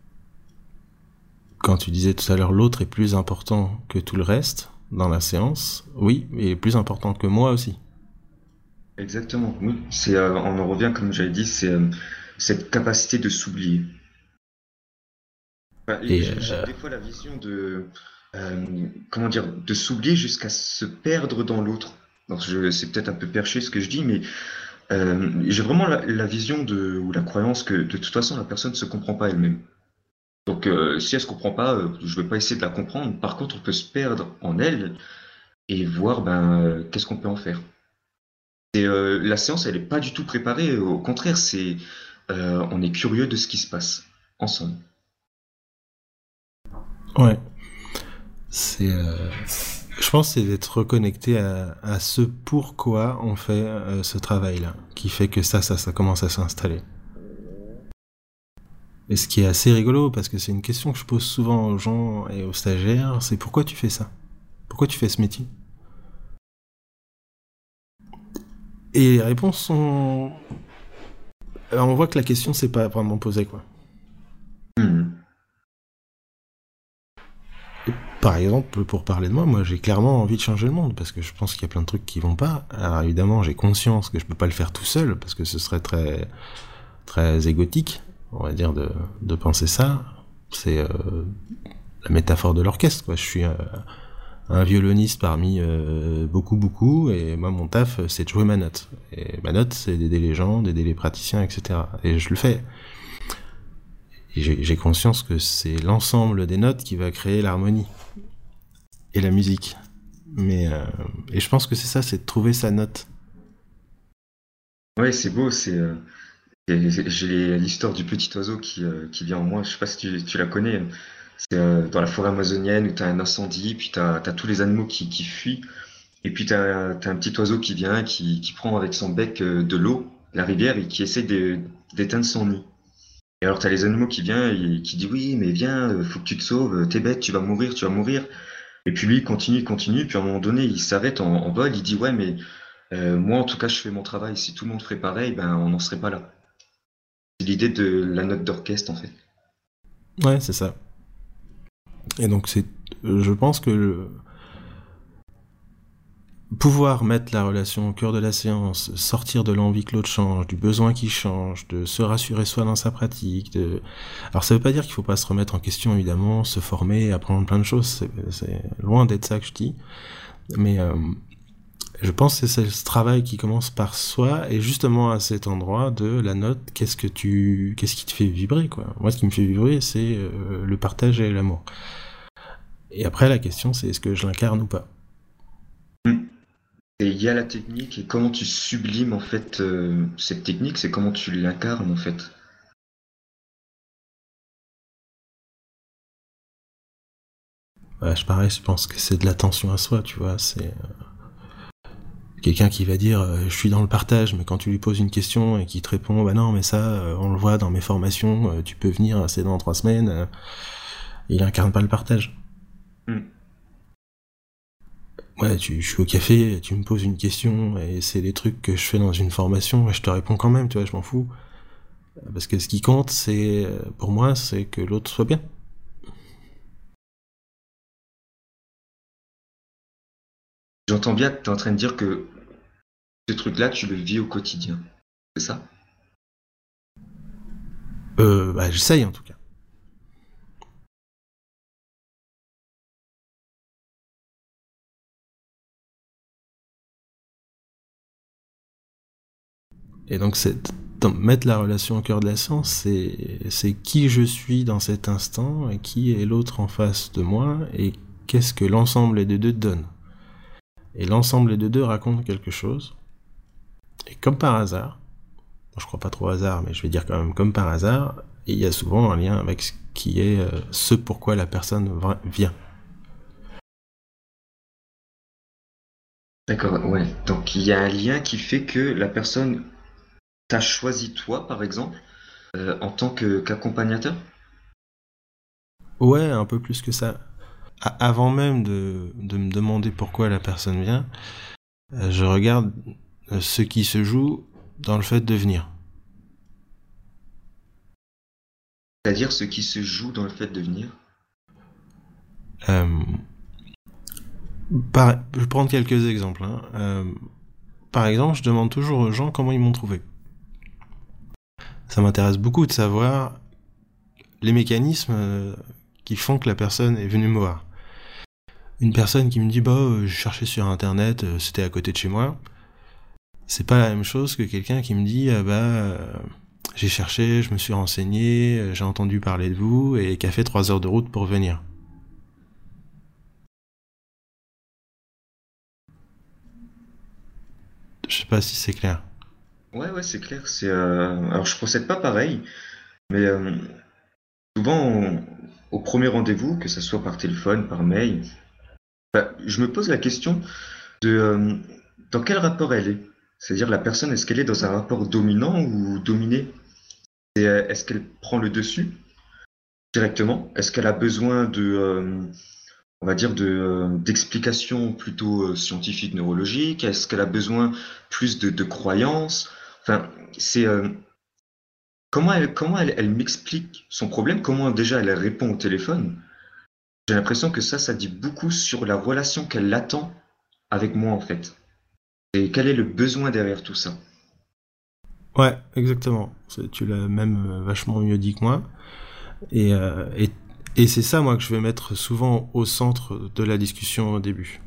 quand tu disais tout à l'heure l'autre est plus important que tout le reste dans la séance, oui, mais plus important que moi aussi. Exactement, oui. On en revient, comme j'avais dit, c'est cette capacité de s'oublier. Enfin, Et j'ai des fois la vision comment dire, de s'oublier jusqu'à se perdre dans l'autre. Donc c'est peut-être un peu perché ce que je dis, mais j'ai vraiment la vision ou la croyance que de toute façon la personne ne se comprend pas elle-même. Donc si elle se comprend pas, je vais pas essayer de la comprendre. Par contre, on peut se perdre en elle et voir qu'est-ce qu'on peut en faire. Et la séance, elle est pas du tout préparée. Au contraire, on est curieux de ce qui se passe ensemble. ouais, c'est, je pense, que c'est d'être reconnecté à ce pourquoi on fait ce travail-là, qui fait que ça commence à s'installer. Et ce qui est assez rigolo, parce que c'est une question que je pose souvent aux gens et aux stagiaires, c'est pourquoi tu fais ça? Pourquoi tu fais ce métier? Et les réponses sont... Alors on voit que la question s'est pas vraiment posée, quoi. Et par exemple, pour parler de moi j'ai clairement envie de changer le monde, parce que je pense qu'il y a plein de trucs qui vont pas. Alors évidemment, j'ai conscience que je peux pas le faire tout seul, parce que ce serait très, très égotique, on va dire, de penser ça. C'est la métaphore de l'orchestre, quoi. Je suis un violoniste parmi beaucoup, et moi mon taf c'est de jouer ma note. Et ma note c'est d'aider les gens, d'aider les praticiens, etc. Et je le fais. Et j'ai conscience que c'est l'ensemble des notes qui va créer l'harmonie et la musique. Mais et je pense que c'est ça, c'est de trouver sa note. Ouais, c'est beau. J'ai l'histoire du petit oiseau qui vient en moi. Je sais pas si tu la connais. C'est dans la forêt amazonienne où tu as un incendie, puis tu as tous les animaux qui fuient. Et puis t'as un petit oiseau qui vient, qui prend avec son bec de l'eau, la rivière, et qui essaie d'éteindre son nid. Et alors t'as les animaux qui viennent et qui disent oui, mais viens, faut que tu te sauves, t'es bête, tu vas mourir, tu vas mourir. Et puis lui, il continue, puis à un moment donné, il s'arrête en vol, il dit ouais, mais moi en tout cas, je fais mon travail. Si tout le monde ferait pareil, on n'en serait pas là. C'est l'idée de la note d'orchestre en fait. Ouais, c'est ça. Et donc je pense que pouvoir mettre la relation au cœur de la séance, sortir de l'envie que l'autre change, du besoin qu'il change, de se rassurer soi dans sa pratique. Alors ça veut pas dire qu'il faut pas se remettre en question, évidemment, se former, apprendre plein de choses, c'est loin d'être ça que je dis. Mais je pense que c'est ce travail qui commence par soi, et justement à cet endroit de la note, qu'est-ce qui te fait vibrer, quoi. Moi, ce qui me fait vibrer, c'est le partage et l'amour. Et après, la question, c'est est-ce que je l'incarne ou pas? Et il y a la technique, et comment tu sublimes en fait cette technique, c'est comment tu l'incarnes en fait. Ouais, je pense que c'est de l'attention à soi, tu vois, c'est quelqu'un qui va dire je suis dans le partage, mais quand tu lui poses une question et qu'il te répond bah non mais ça on le voit dans mes formations, tu peux venir, c'est dans 3 semaines, il incarne pas le partage. Ouais, je suis au café, tu me poses une question et c'est des trucs que je fais dans une formation et je te réponds quand même, tu vois, je m'en fous. Parce que ce qui compte, c'est pour moi, c'est que l'autre soit bien. J'entends bien que tu es en train de dire que ce truc-là, tu le vis au quotidien. C'est ça? Bah j'essaye en tout cas. Et donc mettre la relation au cœur de la séance, c'est qui je suis dans cet instant, et qui est l'autre en face de moi, et qu'est-ce que l'ensemble des deux donne. Et l'ensemble des deux raconte quelque chose. Et comme par hasard, je crois pas trop au hasard, mais je vais dire quand même comme par hasard, il y a souvent un lien avec ce qui est ce pourquoi la personne vient. D'accord, ouais. Donc il y a un lien qui fait que la personne t'a choisi toi, par exemple, en tant qu'accompagnateur? Ouais, un peu plus que ça. Avant même de me demander pourquoi la personne vient, je regarde ce qui se joue dans le fait de venir. C'est-à-dire ce qui se joue dans le fait de venir? Je vais prendre quelques exemples. Par exemple, je demande toujours aux gens comment ils m'ont trouvé. Ça m'intéresse beaucoup de savoir les mécanismes qui font que la personne est venue me voir. Une personne qui me dit je cherchais sur internet, c'était à côté de chez moi, c'est pas la même chose que quelqu'un qui me dit j'ai cherché, je me suis renseigné, j'ai entendu parler de vous et qui a fait 3 heures de route pour venir. Je sais pas si c'est clair. Ouais, c'est clair. Alors je procède pas pareil, mais souvent au premier rendez-vous, que ce soit par téléphone, par mail, je me pose la question de dans quel rapport elle est. C'est-à-dire la personne, est-ce qu'elle est dans un rapport dominant ou dominé? Et est-ce qu'elle prend le dessus directement? Est-ce qu'elle a besoin on va dire, d'explications plutôt scientifiques, neurologiques? Est-ce qu'elle a besoin plus de croyances? Enfin, c'est elle m'explique son problème, comment déjà elle répond au téléphone. J'ai l'impression que ça dit beaucoup sur la relation qu'elle attend avec moi en fait. Et quel est le besoin derrière tout ça? Ouais, exactement. Tu l'as même vachement mieux dit que moi. Et c'est ça, moi, que je vais mettre souvent au centre de la discussion au début.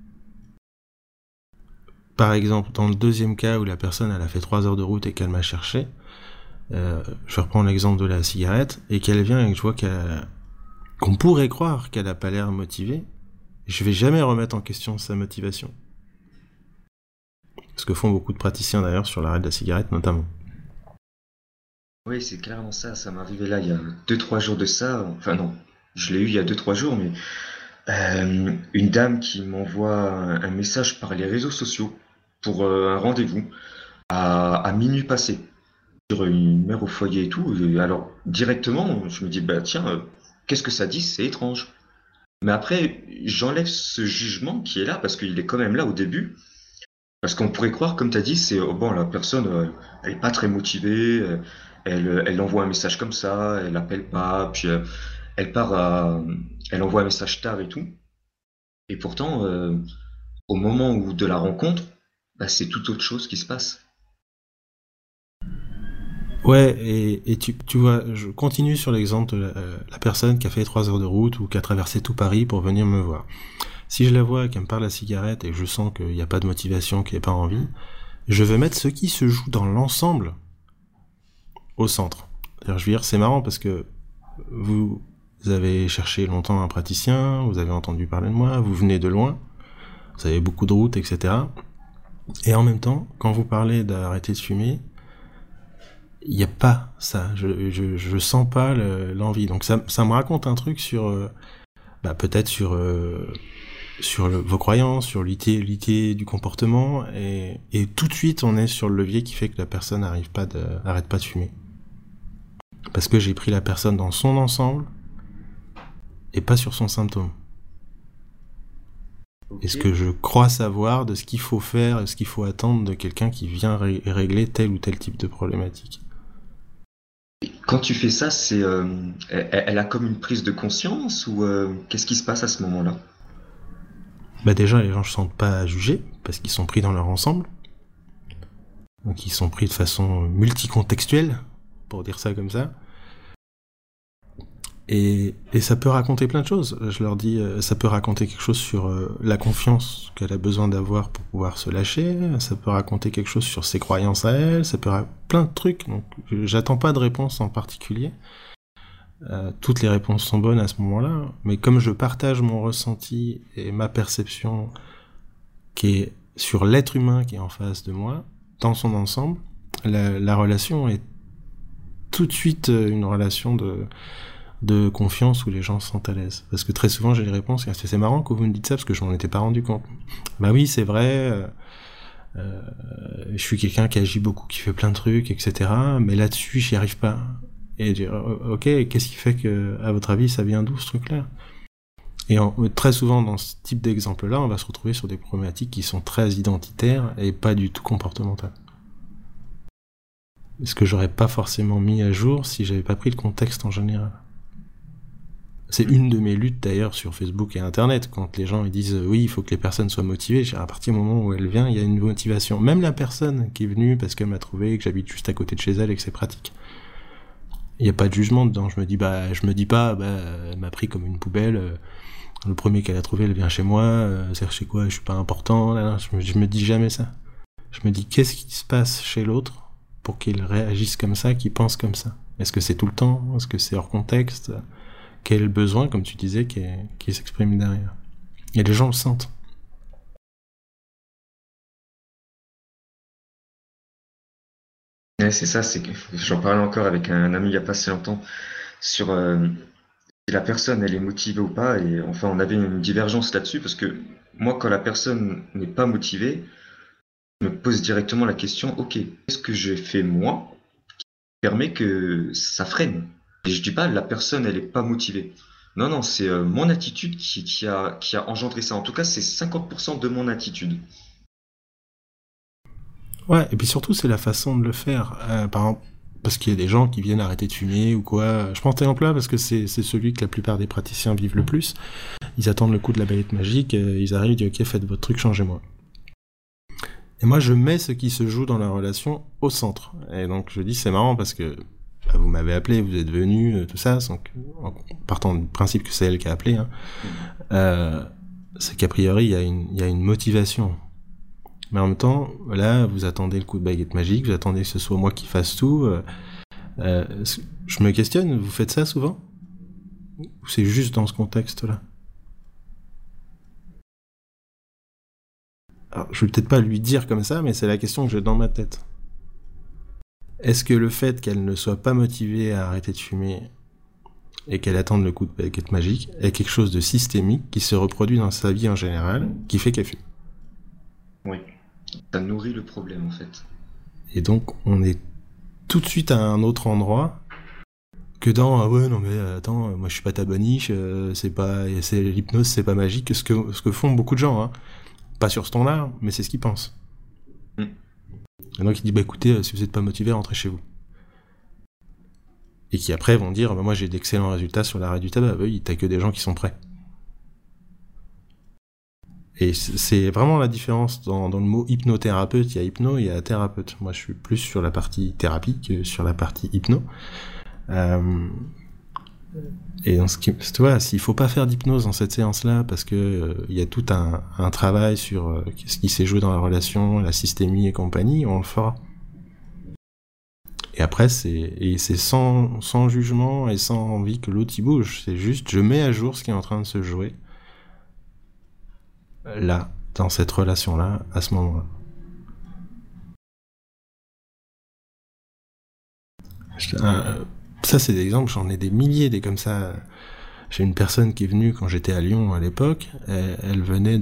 Par exemple, dans le deuxième cas où la personne elle a fait 3 heures de route et qu'elle m'a cherché, je reprends l'exemple de la cigarette, et qu'elle vient et que je vois qu'on pourrait croire qu'elle a pas l'air motivée, je vais jamais remettre en question sa motivation. Ce que font beaucoup de praticiens d'ailleurs sur l'arrêt de la cigarette notamment. Oui, c'est clairement ça. Ça m'est arrivé là il y a 2-3 jours de ça. Enfin non, je l'ai eu il y a 2-3 jours, mais une dame qui m'envoie un message par les réseaux sociaux pour un rendez-vous à minuit passé sur une mère au foyer et tout. Et alors directement, je me dis bah tiens, qu'est-ce que ça dit? C'est étrange. Mais après, j'enlève ce jugement qui est là parce qu'il est quand même là au début. Parce qu'on pourrait croire, comme tu as dit, c'est bon, la personne, elle est pas très motivée, elle envoie un message comme ça, elle appelle pas, puis elle part elle envoie un message tard et tout. Et pourtant, au moment où de la rencontre, bah, c'est tout autre chose qui se passe. Ouais, et tu vois, je continue sur l'exemple de la personne qui a fait 3 heures de route ou qui a traversé tout Paris pour venir me voir. Si je la vois qu'elle me parle à la cigarette et que je sens qu'il n'y a pas de motivation, qu'il n'y a pas envie, je veux mettre ce qui se joue dans l'ensemble au centre. C'est-à-dire, je veux dire, c'est marrant parce que vous avez cherché longtemps un praticien, vous avez entendu parler de moi, vous venez de loin, vous avez beaucoup de routes, etc. Et en même temps, quand vous parlez d'arrêter de fumer, il n'y a pas ça. Je sens pas l'envie. Donc ça me raconte un truc sur, peut-être sur vos croyances, sur l'utilité du comportement, et tout de suite on est sur le levier qui fait que la personne arrête pas de fumer. Parce que j'ai pris la personne dans son ensemble et pas sur son symptôme. Okay. Et ce que je crois savoir de ce qu'il faut faire et ce qu'il faut attendre de quelqu'un qui vient régler tel ou tel type de problématique. Quand tu fais ça, elle a comme une prise de conscience ou qu'est-ce qui se passe à ce moment-là? Déjà, les gens ne se sentent pas jugés parce qu'ils sont pris dans leur ensemble. Donc ils sont pris de façon multicontextuelle, pour dire ça comme ça. Et ça peut raconter plein de choses. Je leur dis, ça peut raconter quelque chose sur la confiance qu'elle a besoin d'avoir pour pouvoir se lâcher. Ça peut raconter quelque chose sur ses croyances à elle. Ça peut plein de trucs. Donc j'attends pas de réponse en particulier. Toutes les réponses sont bonnes à ce moment-là. Mais comme je partage mon ressenti et ma perception qui est sur l'être humain qui est en face de moi, dans son ensemble, la relation est tout de suite une relation de confiance où les gens se sentent à l'aise. Parce que très souvent j'ai des réponses, c'est marrant que vous me dites ça parce que je m'en étais pas rendu compte. Bah oui, c'est vrai, je suis quelqu'un qui agit beaucoup, qui fait plein de trucs, etc. Mais là-dessus, j'y arrive pas. Et dire, ok, qu'est-ce qui fait que, à votre avis, ça vient d'où ce truc-là? Et très souvent dans ce type d'exemple-là, on va se retrouver sur des problématiques qui sont très identitaires et pas du tout comportementales. Ce que j'aurais pas forcément mis à jour si j'avais pas pris le contexte en général. C'est une de mes luttes d'ailleurs sur Facebook et Internet, quand les gens ils disent oui, il faut que les personnes soient motivées. À partir du moment où elle vient, il y a une motivation. Même la personne qui est venue parce qu'elle m'a trouvé, que j'habite juste à côté de chez elle et que c'est pratique. Il n'y a pas de jugement dedans. Je me dis pas, elle m'a pris comme une poubelle. Le premier qu'elle a trouvé, elle vient chez moi. C'est chez quoi? Je suis pas important. Là. Je me dis jamais ça. Je me dis qu'est-ce qui se passe chez l'autre pour qu'il réagisse comme ça, qu'il pense comme ça. Est-ce que c'est tout le temps? Est-ce que c'est hors contexte? Quel besoin, comme tu disais, qui s'exprime derrière. Et les gens le sentent. Ouais, c'est ça, c'est que j'en parlais encore avec un ami il n'y a pas si longtemps sur si la personne elle est motivée ou pas, et enfin on avait une divergence là-dessus parce que moi quand la personne n'est pas motivée, je me pose directement la question, ok, qu'est-ce que j'ai fait moi qui permet que ça freine? Et je dis pas la personne elle est pas motivée. Non, non, c'est mon attitude qui a engendré ça. En tout cas, c'est 50% de mon attitude. Ouais, et puis surtout, c'est la façon de le faire. Par exemple, parce qu'il y a des gens qui viennent arrêter de fumer ou quoi. Je prends tes emplois parce que c'est celui que la plupart des praticiens vivent le plus. Ils attendent le coup de la baguette magique, ils arrivent, ils disent ok, faites votre truc, changez-moi. Et moi, je mets ce qui se joue dans la relation au centre. Et donc, je dis, c'est marrant parce que vous m'avez appelé, vous êtes venu, tout ça, donc, en partant du principe que c'est elle qui a appelé, hein, c'est qu'a priori, il y a une motivation. Mais en même temps, là, vous attendez le coup de baguette magique, vous attendez que ce soit moi qui fasse tout. Je me questionne, vous faites ça souvent? Ou c'est juste dans ce contexte-là? Alors, je vais peut-être pas lui dire comme ça, mais c'est la question que j'ai dans ma tête. Est-ce que le fait qu'elle ne soit pas motivée à arrêter de fumer et qu'elle attende le coup de baguette magique est quelque chose de systémique qui se reproduit dans sa vie en général, qui fait qu'elle fume? Oui, ça nourrit le problème en fait. Et donc on est tout de suite à un autre endroit que dans ah ouais non mais attends, moi je suis pas ta boniche, c'est l'hypnose, c'est pas magique, ce que font beaucoup de gens, hein. Pas sur ce ton-là, mais c'est ce qu'ils pensent. Et donc il dit écoutez, si vous êtes pas motivé, rentrez chez vous. Et qui après vont dire moi j'ai d'excellents résultats sur l'arrêt du tabac. Oui, t'as que des gens qui sont prêts. Et c'est vraiment la différence dans le mot hypnothérapeute. Il y a hypno, il y a thérapeute. Moi, je suis plus sur la partie thérapie que sur la partie hypno. Et tu vois, s'il faut pas faire d'hypnose dans cette séance-là, parce que il y a tout un travail sur ce qui s'est joué dans la relation, la systémie et compagnie, on le fera. Et après, c'est sans jugement et sans envie que l'autre y bouge. C'est juste, je mets à jour ce qui est en train de se jouer là, dans cette relation-là, à ce moment-là. Ça, c'est des exemples, j'en ai des milliers des comme ça. J'ai une personne qui est venue quand j'étais à Lyon à l'époque. Elle venait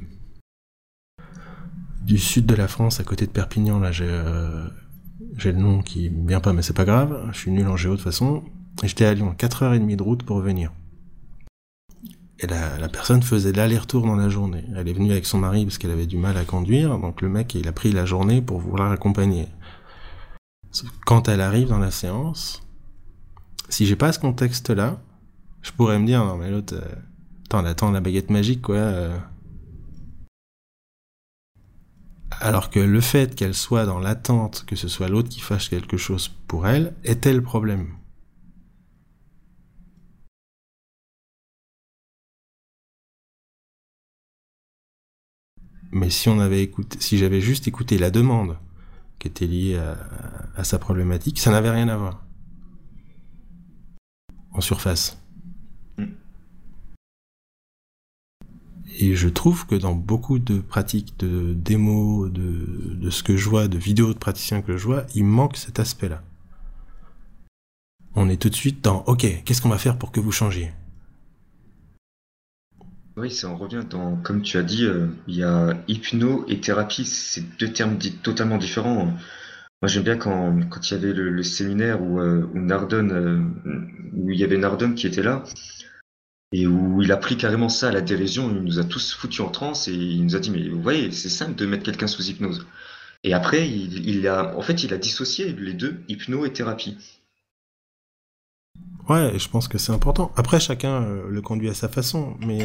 du sud de la France, à côté de Perpignan. Là, j'ai le nom qui me vient pas, mais c'est pas grave. Je suis nul en géo de toute façon. Et j'étais à Lyon, 4h30 de route pour venir. Et la personne faisait l'aller-retour dans la journée. Elle est venue avec son mari parce qu'elle avait du mal à conduire. Donc le mec, il a pris la journée pour vouloir l'accompagner. Quand elle arrive dans la séance, si j'ai pas ce contexte-là, je pourrais me dire, non mais l'autre, attends la baguette magique, quoi. Alors que le fait qu'elle soit dans l'attente que ce soit l'autre qui fasse quelque chose pour elle, était le problème. Mais si j'avais juste écouté la demande qui était liée à sa problématique, ça n'avait rien à voir. En surface. Et je trouve que dans beaucoup de pratiques, de démos, de ce que je vois, de vidéos de praticiens que je vois, il manque cet aspect-là. On est tout de suite dans « Ok, qu'est-ce qu'on va faire pour que vous changiez ?» Oui, ça en revient dans, comme tu as dit, il y a hypno et thérapie, c'est deux termes totalement différents. Moi, j'aime bien quand il y avait le séminaire où Nardone, où il y avait Nardone qui était là, et où il a pris carrément ça à la dérision. Il nous a tous foutus en transe et il nous a dit, mais vous voyez, c'est simple de mettre quelqu'un sous hypnose. Et après, il a dissocié les deux, hypno et thérapie. Ouais, je pense que c'est important. Après, chacun le conduit à sa façon, mais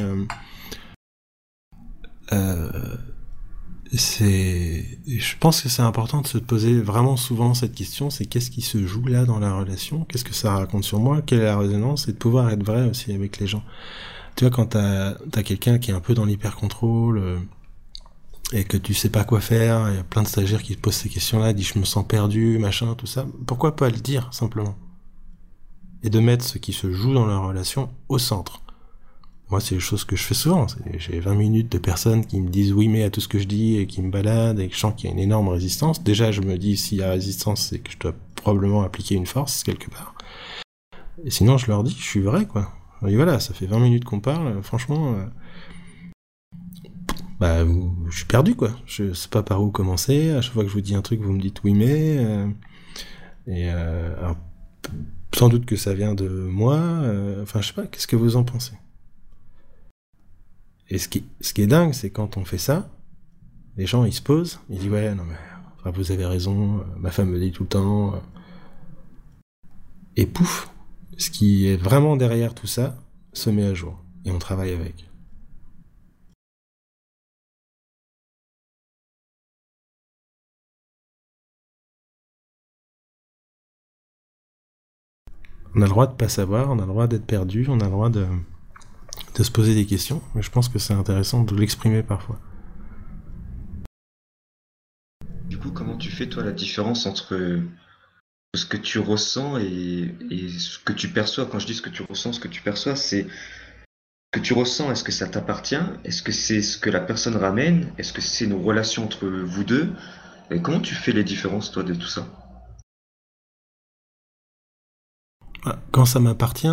je pense que c'est important de se poser vraiment souvent cette question, c'est qu'est-ce qui se joue là dans la relation, qu'est-ce que ça raconte sur moi, quelle est la résonance, et de pouvoir être vrai aussi avec les gens. Tu vois, quand t'as quelqu'un qui est un peu dans l'hyper-contrôle, et que tu sais pas quoi faire, il y a plein de stagiaires qui te posent ces questions-là, disent je me sens perdu, machin, tout ça, pourquoi pas le dire, simplement? Et de mettre ce qui se joue dans la relation au centre. Moi, c'est les choses que je fais souvent. J'ai 20 minutes de personnes qui me disent oui mais à tout ce que je dis et qui me baladent et que je sens qu'il y a une énorme résistance. Déjà, je me dis s'il y a résistance, c'est que je dois probablement appliquer une force quelque part. Et sinon, je leur dis, je suis vrai, quoi. Et voilà, ça fait 20 minutes qu'on parle, franchement... je suis perdu, quoi. Je sais pas par où commencer. À chaque fois que je vous dis un truc, vous me dites oui mais... alors, sans doute que ça vient de moi, je sais pas, qu'est-ce que vous en pensez? Et ce qui est dingue, c'est quand on fait ça, les gens ils se posent, ils disent ouais, non mais vous avez raison, ma femme me dit tout le temps, et pouf, ce qui est vraiment derrière tout ça se met à jour, et on travaille avec. On a le droit de pas savoir, on a le droit d'être perdu, on a le droit de se poser des questions, mais je pense que c'est intéressant de l'exprimer parfois. Du coup, comment tu fais, toi, la différence entre ce que tu ressens et ce que tu perçois? Quand je dis ce que tu ressens, ce que tu perçois, c'est ce que tu ressens, est-ce que ça t'appartient? Est-ce que c'est ce que la personne ramène? Est-ce que c'est nos relations entre vous deux? Et comment tu fais les différences, toi, de tout ça? Quand ça m'appartient,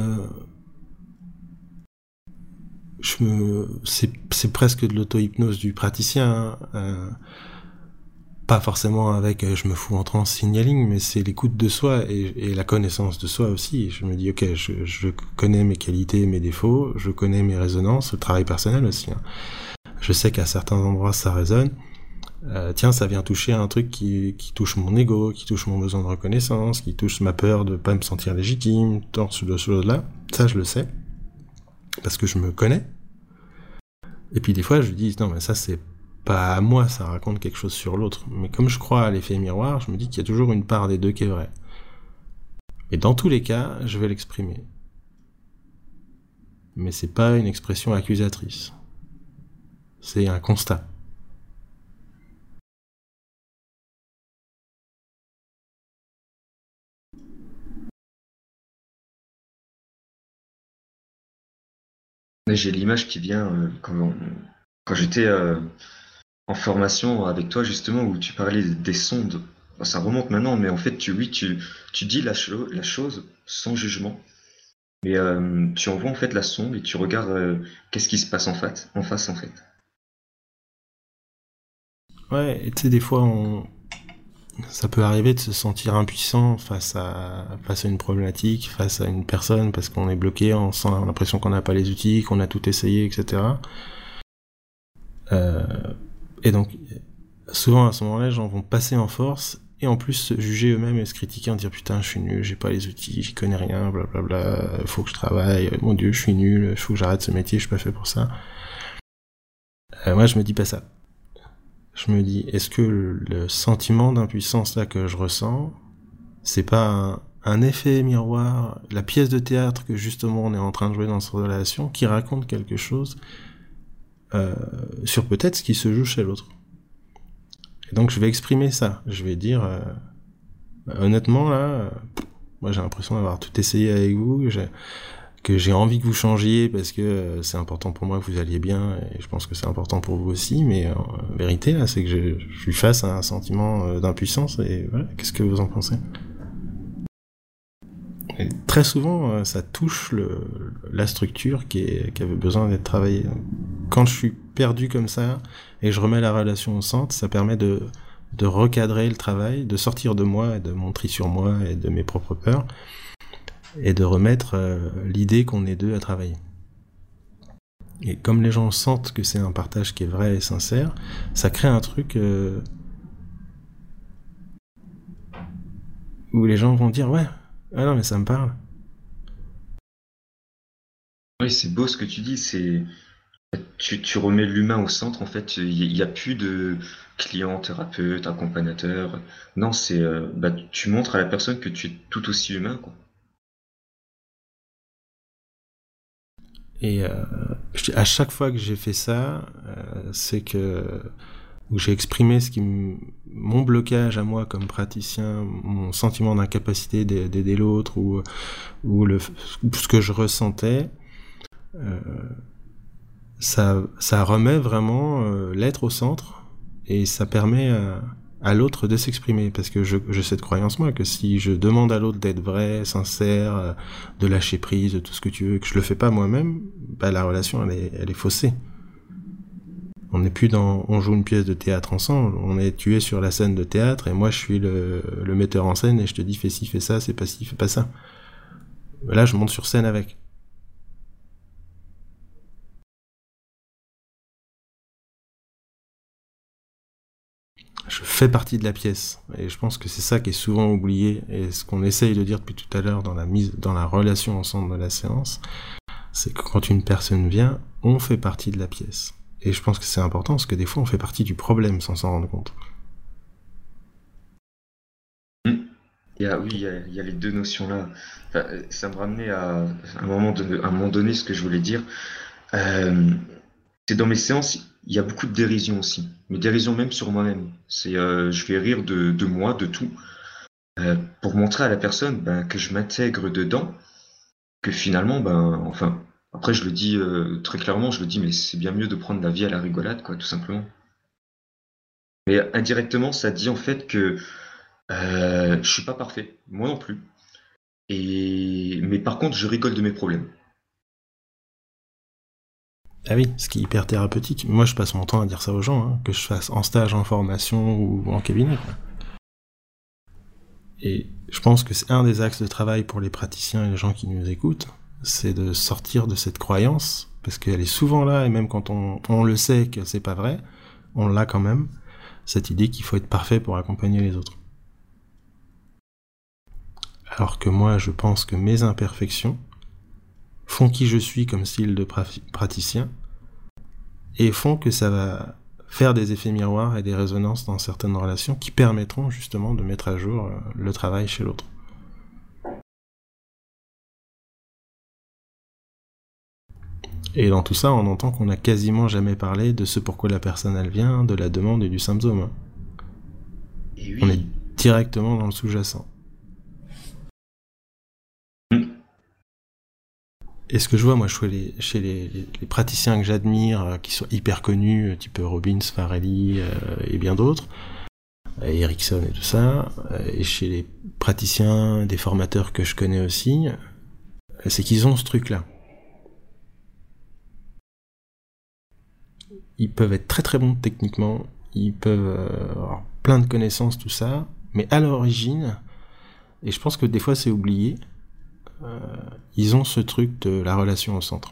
c'est presque de l'auto-hypnose du praticien, pas forcément avec je me fous en transe signaling, mais c'est l'écoute de soi et la connaissance de soi aussi. Je me dis ok, je connais mes qualités, mes défauts, je connais mes résonances, le travail personnel aussi. Je sais qu'à certains endroits ça résonne. Tiens, ça vient toucher un truc qui touche mon ego, qui touche mon besoin de reconnaissance, qui touche ma peur de pas me sentir légitime, dans ce choses-là. Ça, je le sais. Parce que je me connais. Et puis des fois, je lui dis, non, mais ça, c'est pas à moi, ça raconte quelque chose sur l'autre. Mais comme je crois à l'effet miroir, je me dis qu'il y a toujours une part des deux qui est vraie. Et dans tous les cas, je vais l'exprimer. Mais c'est pas une expression accusatrice. C'est un constat. J'ai l'image qui vient quand j'étais en formation avec toi, justement, où tu parlais des sondes. Bon, ça remonte maintenant, mais en fait, tu dis la chose sans jugement. Mais tu envoies en fait la sonde et tu regardes qu'est-ce qui se passe en face en fait. Ouais, et tu sais, des fois, ça peut arriver de se sentir impuissant face à une problématique, face à une personne, parce qu'on est bloqué, on sent l'impression qu'on n'a pas les outils, qu'on a tout essayé, etc. Et donc, souvent à ce moment-là, les gens vont passer en force, et en plus se juger eux-mêmes et se critiquer en dire putain, je suis nul, j'ai pas les outils, j'y connais rien, blablabla, faut que je travaille, mon Dieu, je suis nul, faut que j'arrête ce métier, je suis pas fait pour ça. Moi, je me dis pas ça. Je me dis, est-ce que le sentiment d'impuissance là que je ressens, c'est pas un effet miroir, la pièce de théâtre que justement on est en train de jouer dans cette relation, qui raconte quelque chose sur peut-être ce qui se joue chez l'autre. Et donc je vais exprimer ça, je vais dire, honnêtement là, moi j'ai l'impression d'avoir tout essayé avec vous, que j'ai envie que vous changiez parce que c'est important pour moi que vous alliez bien et je pense que c'est important pour vous aussi, mais en vérité là c'est que je suis face à un sentiment d'impuissance et voilà, qu'est-ce que vous en pensez? Et très souvent ça touche la structure qui avait besoin d'être travaillée. Quand je suis perdu comme ça et je remets la relation au centre, ça permet de recadrer le travail, de sortir de moi et de mon tri sur moi et de mes propres peurs, et de remettre l'idée qu'on est deux à travailler. Et comme les gens sentent que c'est un partage qui est vrai et sincère, ça crée un truc où les gens vont dire ouais, ah non mais ça me parle. Oui, c'est beau ce que tu dis, tu remets l'humain au centre en fait, il y a plus de client, thérapeute, accompagnateur. Non, tu montres à la personne que tu es tout aussi humain quoi. Et à chaque fois que j'ai fait ça, c'est que où j'ai exprimé mon blocage à moi comme praticien, mon sentiment d'incapacité d'aider l'autre ou ce que je ressentais, ça remet vraiment l'être au centre et ça permet à l'autre de s'exprimer, parce que je cette croyance moi que si je demande à l'autre d'être vrai, sincère, de lâcher prise, de tout ce que tu veux, que je le fais pas moi-même, bah la relation elle est faussée. On n'est plus on joue une pièce de théâtre ensemble, tu es sur la scène de théâtre et moi je suis le metteur en scène et je te dis fais ci, fais ça, c'est pas ci, fais pas ça. Là je monte sur scène avec. Je fais partie de la pièce et je pense que c'est ça qui est souvent oublié et ce qu'on essaye de dire depuis tout à l'heure dans la relation ensemble de la séance, c'est que quand une personne vient, on fait partie de la pièce. Et je pense que c'est important parce que des fois on fait partie du problème sans s'en rendre compte. Il y a les deux notions là. Enfin, ça me ramenait à un moment donné ce que je voulais dire. C'est dans mes séances, il y a beaucoup de dérision aussi, mais dérision même sur moi-même. Je vais rire de moi, de tout, pour montrer à la personne que je m'intègre dedans, que finalement, enfin, après je le dis très clairement, je le dis, mais c'est bien mieux de prendre la vie à la rigolade, quoi, tout simplement. Mais indirectement, ça dit en fait que je suis pas parfait, moi non plus, mais par contre, je rigole de mes problèmes. Ah oui, ce qui est hyper thérapeutique. Moi, je passe mon temps à dire ça aux gens, hein, que je fasse en stage, en formation ou en cabinet, quoi. Et je pense que c'est un des axes de travail pour les praticiens et les gens qui nous écoutent, c'est de sortir de cette croyance, parce qu'elle est souvent là, et même quand on le sait que c'est pas vrai, on l'a quand même, cette idée qu'il faut être parfait pour accompagner les autres. Alors que moi, je pense que mes imperfections font qui je suis comme style de praticien, et font que ça va faire des effets miroirs et des résonances dans certaines relations qui permettront justement de mettre à jour le travail chez l'autre. Et dans tout ça, on entend qu'on n'a quasiment jamais parlé de ce pourquoi la personne elle vient, de la demande et du symptôme. Et oui. On est directement dans le sous-jacent. Et ce que je vois, moi, chez les praticiens que j'admire, qui sont hyper connus, type Robbins, Farrelly et bien d'autres, Erickson et tout ça, et chez les praticiens, des formateurs que je connais aussi, c'est qu'ils ont ce truc-là. Ils peuvent être très très bons techniquement, ils peuvent avoir plein de connaissances, tout ça, mais à l'origine, et je pense que des fois c'est oublié, ils ont ce truc de la relation au centre.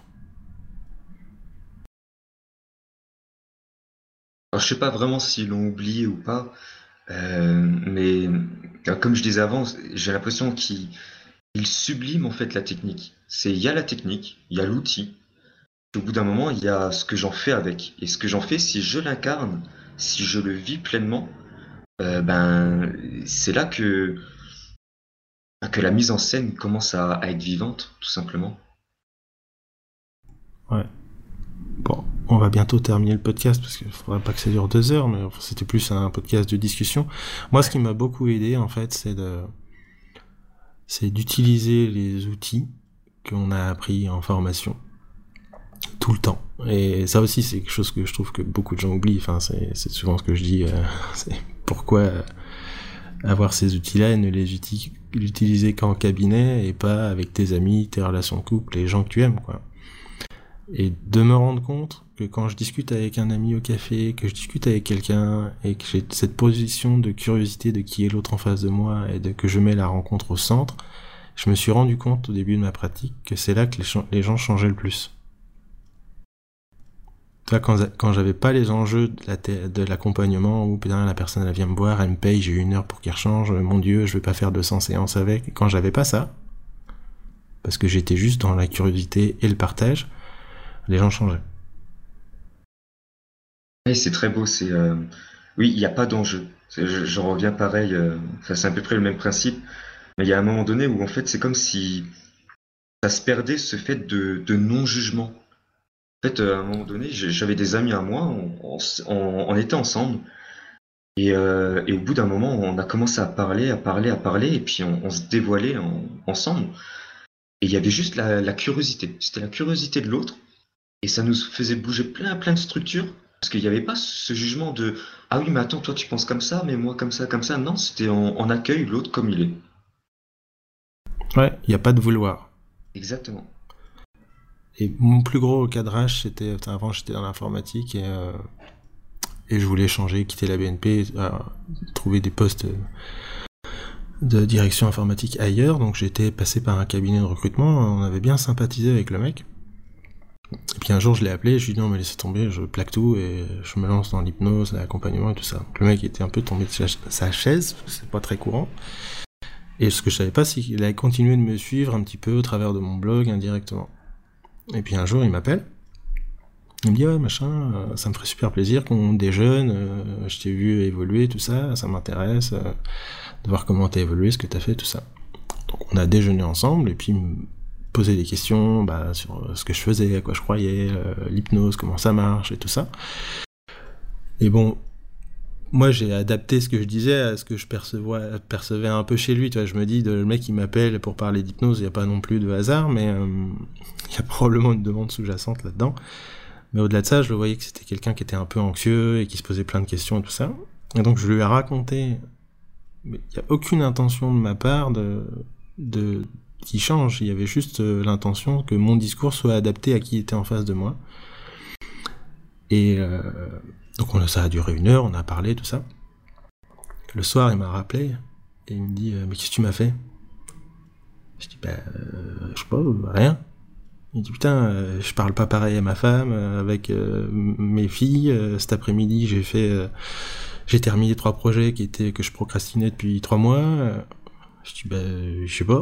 Alors, je sais pas vraiment s'ils l'ont oublié ou pas, mais comme je disais avant, j'ai l'impression qu'ils subliment en fait la technique. Il y a la technique, il y a l'outil. Au bout d'un moment, il y a ce que j'en fais avec. Et ce que j'en fais, si je l'incarne, si je le vis pleinement, c'est là que la mise en scène commence à être vivante, tout simplement. Ouais. Bon, on va bientôt terminer le podcast parce qu'il faudra pas que ça dure 2 heures, mais c'était plus un podcast de discussion. Moi, ce qui m'a beaucoup aidé, en fait, c'est d'utiliser les outils qu'on a appris en formation tout le temps. Et ça aussi, c'est quelque chose que je trouve que beaucoup de gens oublient. Enfin, c'est souvent ce que je dis. C'est pourquoi avoir ces outils-là et ne les utiliser qu'en cabinet et pas avec tes amis, tes relations de couple, les gens que tu aimes, quoi. Et de me rendre compte que quand je discute avec un ami au café, que je discute avec quelqu'un et que j'ai cette position de curiosité de qui est l'autre en face de moi et que je mets la rencontre au centre, je me suis rendu compte au début de ma pratique que c'est là que les gens changeaient le plus. Tu vois, quand j'avais pas les enjeux de l'accompagnement, où putain, la personne elle vient me voir, elle me paye, j'ai 1 heure pour qu'elle rechange, mon Dieu, je vais pas faire 200 séances avec. Et quand j'avais pas ça, parce que j'étais juste dans la curiosité et le partage, les gens changeaient. Et c'est très beau. Oui, il n'y a pas d'enjeu. J'en reviens pareil. C'est à peu près le même principe. Mais il y a un moment donné où en fait, c'est comme si ça se perdait ce fait de non-jugement. En fait, à un moment donné, j'avais des amis à moi, on était ensemble, et au bout d'un moment, on a commencé à parler, et puis on se dévoilait ensemble. Et il y avait juste la curiosité. C'était la curiosité de l'autre, et ça nous faisait bouger plein de structures, parce qu'il n'y avait pas ce jugement de ah oui, mais attends, toi tu penses comme ça, mais moi comme ça, comme ça. Non, c'était on accueille l'autre comme il est. Ouais, il n'y a pas de vouloir. Exactement. Et mon plus gros cadrage, avant j'étais dans l'informatique et je voulais changer, quitter la BNP, trouver des postes de direction informatique ailleurs, donc j'étais passé par un cabinet de recrutement, on avait bien sympathisé avec le mec. Et puis un jour je l'ai appelé, je lui ai dit non mais laissez tomber, je plaque tout et je me lance dans l'hypnose, l'accompagnement et tout ça. Donc le mec était un peu tombé de sa chaise, c'est pas très courant. Et ce que je savais pas, c'est qu'il avait continué de me suivre un petit peu au travers de mon blog indirectement. Et puis un jour, il m'appelle. Il me dit, ouais, machin, ça me ferait super plaisir qu'on déjeune, je t'ai vu évoluer, tout ça, ça m'intéresse, de voir comment t'as évolué, ce que t'as fait, tout ça. Donc on a déjeuné ensemble, et puis il me posait des questions sur ce que je faisais, à quoi je croyais, l'hypnose, comment ça marche, et tout ça. Et bon, moi j'ai adapté ce que je disais à ce que je percevais un peu chez lui, tu vois, je me dis, le mec il m'appelle pour parler d'hypnose, il n'y a pas non plus de hasard, mais il y a probablement une demande sous-jacente là-dedans. Mais au-delà de ça, je le voyais que c'était quelqu'un qui était un peu anxieux et qui se posait plein de questions et tout ça. Et donc je lui ai raconté, mais il n'y a aucune intention de ma part qui change, il y avait juste l'intention que mon discours soit adapté à qui était en face de moi. Et donc ça a duré 1 heure, on a parlé, tout ça. Le soir, il m'a rappelé, et il me dit « Mais qu'est-ce que tu m'as fait ?» Je dis « je sais pas, rien. » Il dit « Putain, je parle pas pareil à ma femme, avec mes filles. Cet après-midi, j'ai terminé 3 projets que je procrastinais depuis 3 mois. » Je dis « Je sais pas. »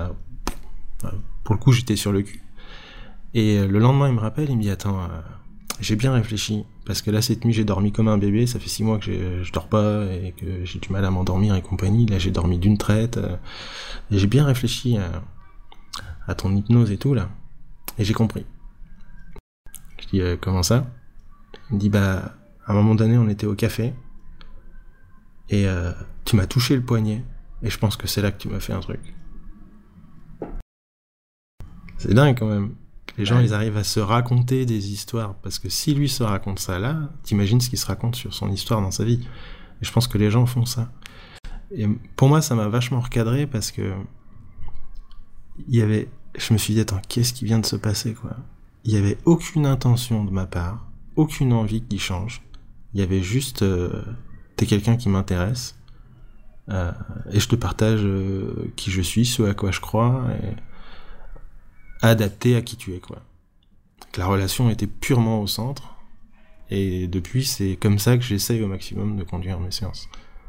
Pour le coup, j'étais sur le cul. Et le lendemain, il me rappelle, il me dit « Attends... J'ai bien réfléchi, parce que là, cette nuit, j'ai dormi comme un bébé, ça fait 6 mois que je dors pas, et que j'ai du mal à m'endormir et compagnie. Là, j'ai dormi d'une traite, et j'ai bien réfléchi à ton hypnose et tout, là. Et j'ai compris. Je dis, comment ça? Il me dit, à un moment donné, on était au café, et tu m'as touché le poignet, et je pense que c'est là que tu m'as fait un truc. C'est dingue, quand même. Les gens, ils arrivent à se raconter des histoires, parce que si lui se raconte ça là, t'imagines ce qu'il se raconte sur son histoire dans sa vie. Et je pense que les gens font ça. Et pour moi, ça m'a vachement recadré, parce que je me suis dit, attends, qu'est-ce qui vient de se passer, quoi? Il y avait aucune intention de ma part, aucune envie qu'il change. Il y avait juste, t'es quelqu'un qui m'intéresse, et je te partage qui je suis, ce à quoi je crois, et adapté à qui tu es, quoi. La relation était purement au centre, et depuis, c'est comme ça que j'essaye au maximum de conduire mes séances.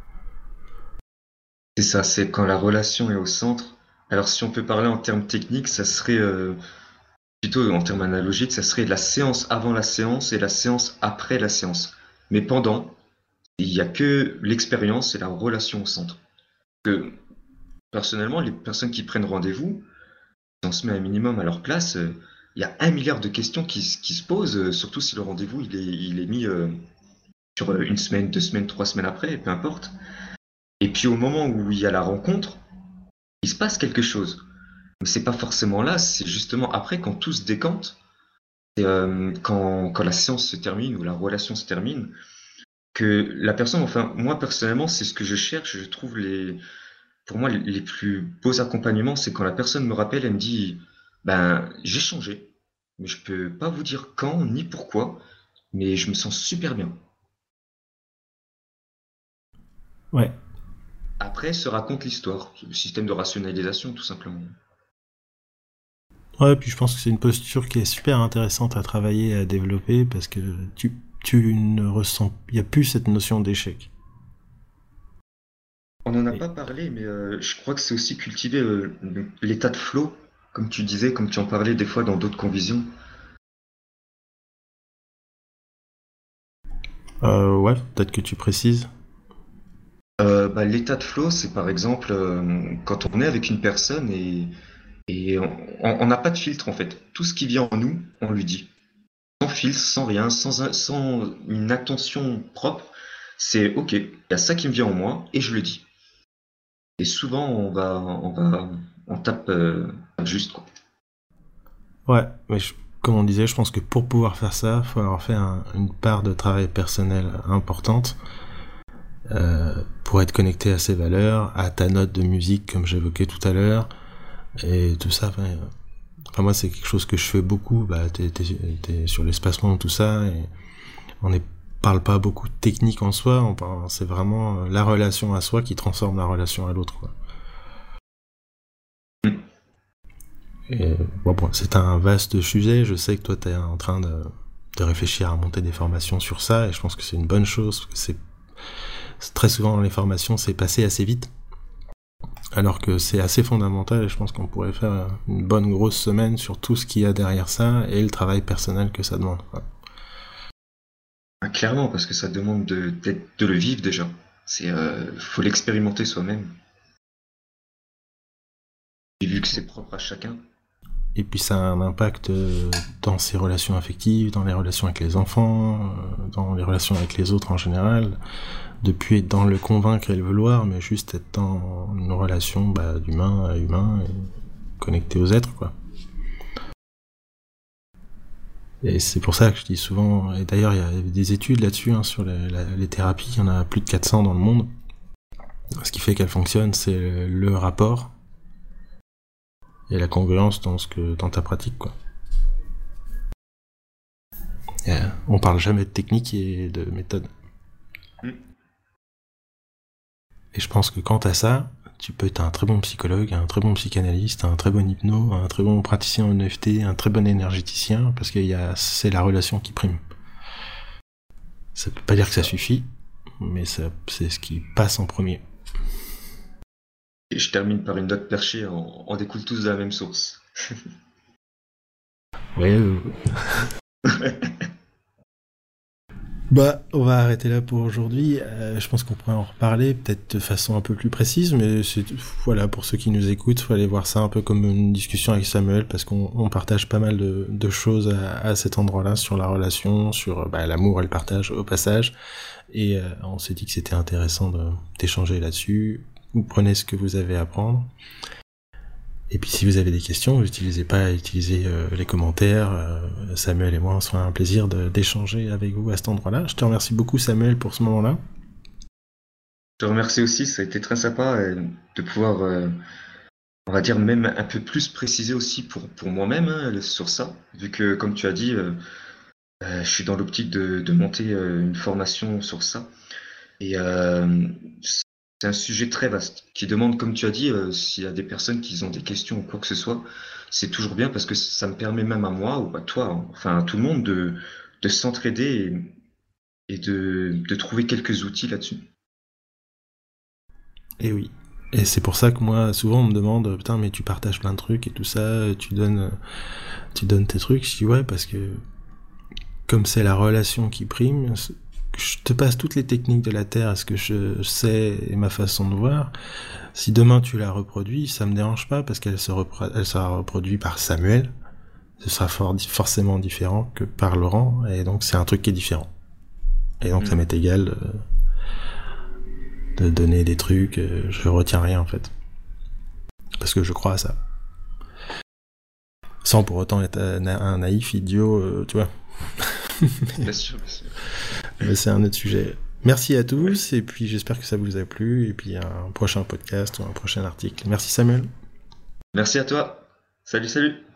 C'est ça, c'est quand la relation est au centre. Alors si on peut parler en termes techniques, ça serait plutôt en termes analogiques, ça serait la séance avant la séance et la séance après la séance. Mais pendant, il n'y a que l'expérience et la relation au centre. Que, personnellement, les personnes qui prennent rendez-vous, si on se met un minimum à leur place, il y a 1 milliard de questions qui se posent, surtout si le rendez-vous il est mis sur 1 semaine, 2 semaines, 3 semaines après, peu importe. Et puis au moment où il y a la rencontre, il se passe quelque chose. Mais c'est pas forcément là, c'est justement après quand tout se décante, et, quand la séance se termine ou la relation se termine, que la personne, enfin moi personnellement, c'est ce que je cherche, je trouve pour moi les plus beaux accompagnements, c'est quand la personne me rappelle, elle me dit, j'ai changé, mais je peux pas vous dire quand ni pourquoi, mais je me sens super bien. Ouais. Après se raconte l'histoire, le système de rationalisation tout simplement. Ouais, puis je pense que c'est une posture qui est super intéressante à travailler et à développer, parce que tu ne ressens, il n'y a plus cette notion d'échec. On n'en a Et, pas parlé, mais je crois que c'est aussi cultiver l'état de flow, comme tu disais, comme tu en parlais des fois dans d'autres convisions. ouais, peut-être que tu précises. L'état de flow, c'est par exemple quand on est avec une personne et on n'a pas de filtre en fait. Tout ce qui vient en nous, on lui dit. Sans filtre, sans rien, sans une attention propre. C'est ok, il y a ça qui me vient en moi et je le dis. Et souvent on tape juste quoi. Ouais, mais comme on disait, je pense que pour pouvoir faire ça, il faut avoir fait une part de travail personnel importante, pour être connecté à ses valeurs, à ta note de musique, comme j'évoquais tout à l'heure, et tout ça. Enfin, moi, c'est quelque chose que je fais beaucoup. T'es sur l'espacement, tout ça, et on parle pas beaucoup de technique en soi. C'est vraiment la relation à soi qui transforme la relation à l'autre, quoi. Et bon, c'est un vaste sujet. Je sais que toi, t'es en train de réfléchir à monter des formations sur ça, et je pense que c'est une bonne chose, parce que c'est très souvent dans les formations, c'est passé assez vite, alors que c'est assez fondamental, et je pense qu'on pourrait faire une bonne grosse semaine sur tout ce qu'il y a derrière ça, et le travail personnel que ça demande, quoi. Clairement, parce que ça demande de le vivre déjà. Faut l'expérimenter soi-même. Et vu que c'est propre à chacun. Et puis ça a un impact dans ses relations affectives, dans les relations avec les enfants, dans les relations avec les autres en général, depuis être dans le convaincre et le vouloir, mais juste être dans une relation d'humain à humain, et connecté aux êtres, quoi. Et c'est pour ça que je dis souvent, et d'ailleurs il y a des études là-dessus, sur les thérapies, il y en a plus de 400 dans le monde. Ce qui fait qu'elles fonctionnent, c'est le rapport et la congruence dans ta pratique, quoi. Et, on parle jamais de technique et de méthode. Et je pense que quand t'as ça, tu peux être un très bon psychologue, un très bon psychanalyste, un très bon hypno, un très bon praticien en EFT, un très bon énergéticien, parce que c'est la relation qui prime. Ça peut pas dire que ça suffit, mais c'est ce qui passe en premier. Et je termine par une note perchée, on découle tous de la même source. Ouais. Bah, on va arrêter là pour aujourd'hui. Je pense qu'on pourrait en reparler, peut-être de façon un peu plus précise, mais voilà, pour ceux qui nous écoutent, faut aller voir ça un peu comme une discussion avec Samuel, parce qu'on partage pas mal de choses à cet endroit-là, sur la relation, sur l'amour et le partage au passage. Et on s'est dit que c'était intéressant d'échanger là-dessus. Vous prenez ce que vous avez à prendre. Et puis si vous avez des questions, vous n'utilisez pas à utiliser les commentaires. Samuel et moi, on sera un plaisir d'échanger avec vous à cet endroit-là. Je te remercie beaucoup, Samuel, pour ce moment-là. Je te remercie aussi, ça a été très sympa de pouvoir, on va dire, même un peu plus préciser aussi pour moi-même sur ça, vu que, comme tu as dit, je suis dans l'optique de monter une formation sur ça. Et c'est un sujet très vaste qui demande, comme tu as dit, s'il y a des personnes qui ont des questions ou quoi que ce soit, c'est toujours bien parce que ça me permet même à moi ou à toi, enfin à tout le monde de s'entraider et de trouver quelques outils là-dessus. Et oui. Et c'est pour ça que moi, souvent, on me demande, putain, mais tu partages plein de trucs et tout ça, tu donnes tes trucs. Je dis ouais, parce que comme c'est la relation qui prime, je te passe toutes les techniques de la Terre, ce que je sais et ma façon de voir. Si demain tu la reproduis, ça me dérange pas parce qu'elle sera reproduite par Samuel. Ce sera forcément différent que par Laurent, et donc c'est un truc qui est différent. Et donc ça m'est égal de donner des trucs, je retiens rien en fait. Parce que je crois à ça. Sans pour autant être un naïf idiot, tu vois. Bien sûr, bien sûr. Mais c'est un autre sujet. Merci à tous, et puis j'espère que ça vous a plu, et puis un prochain podcast ou un prochain article. Merci Samuel. Merci à toi. Salut, salut.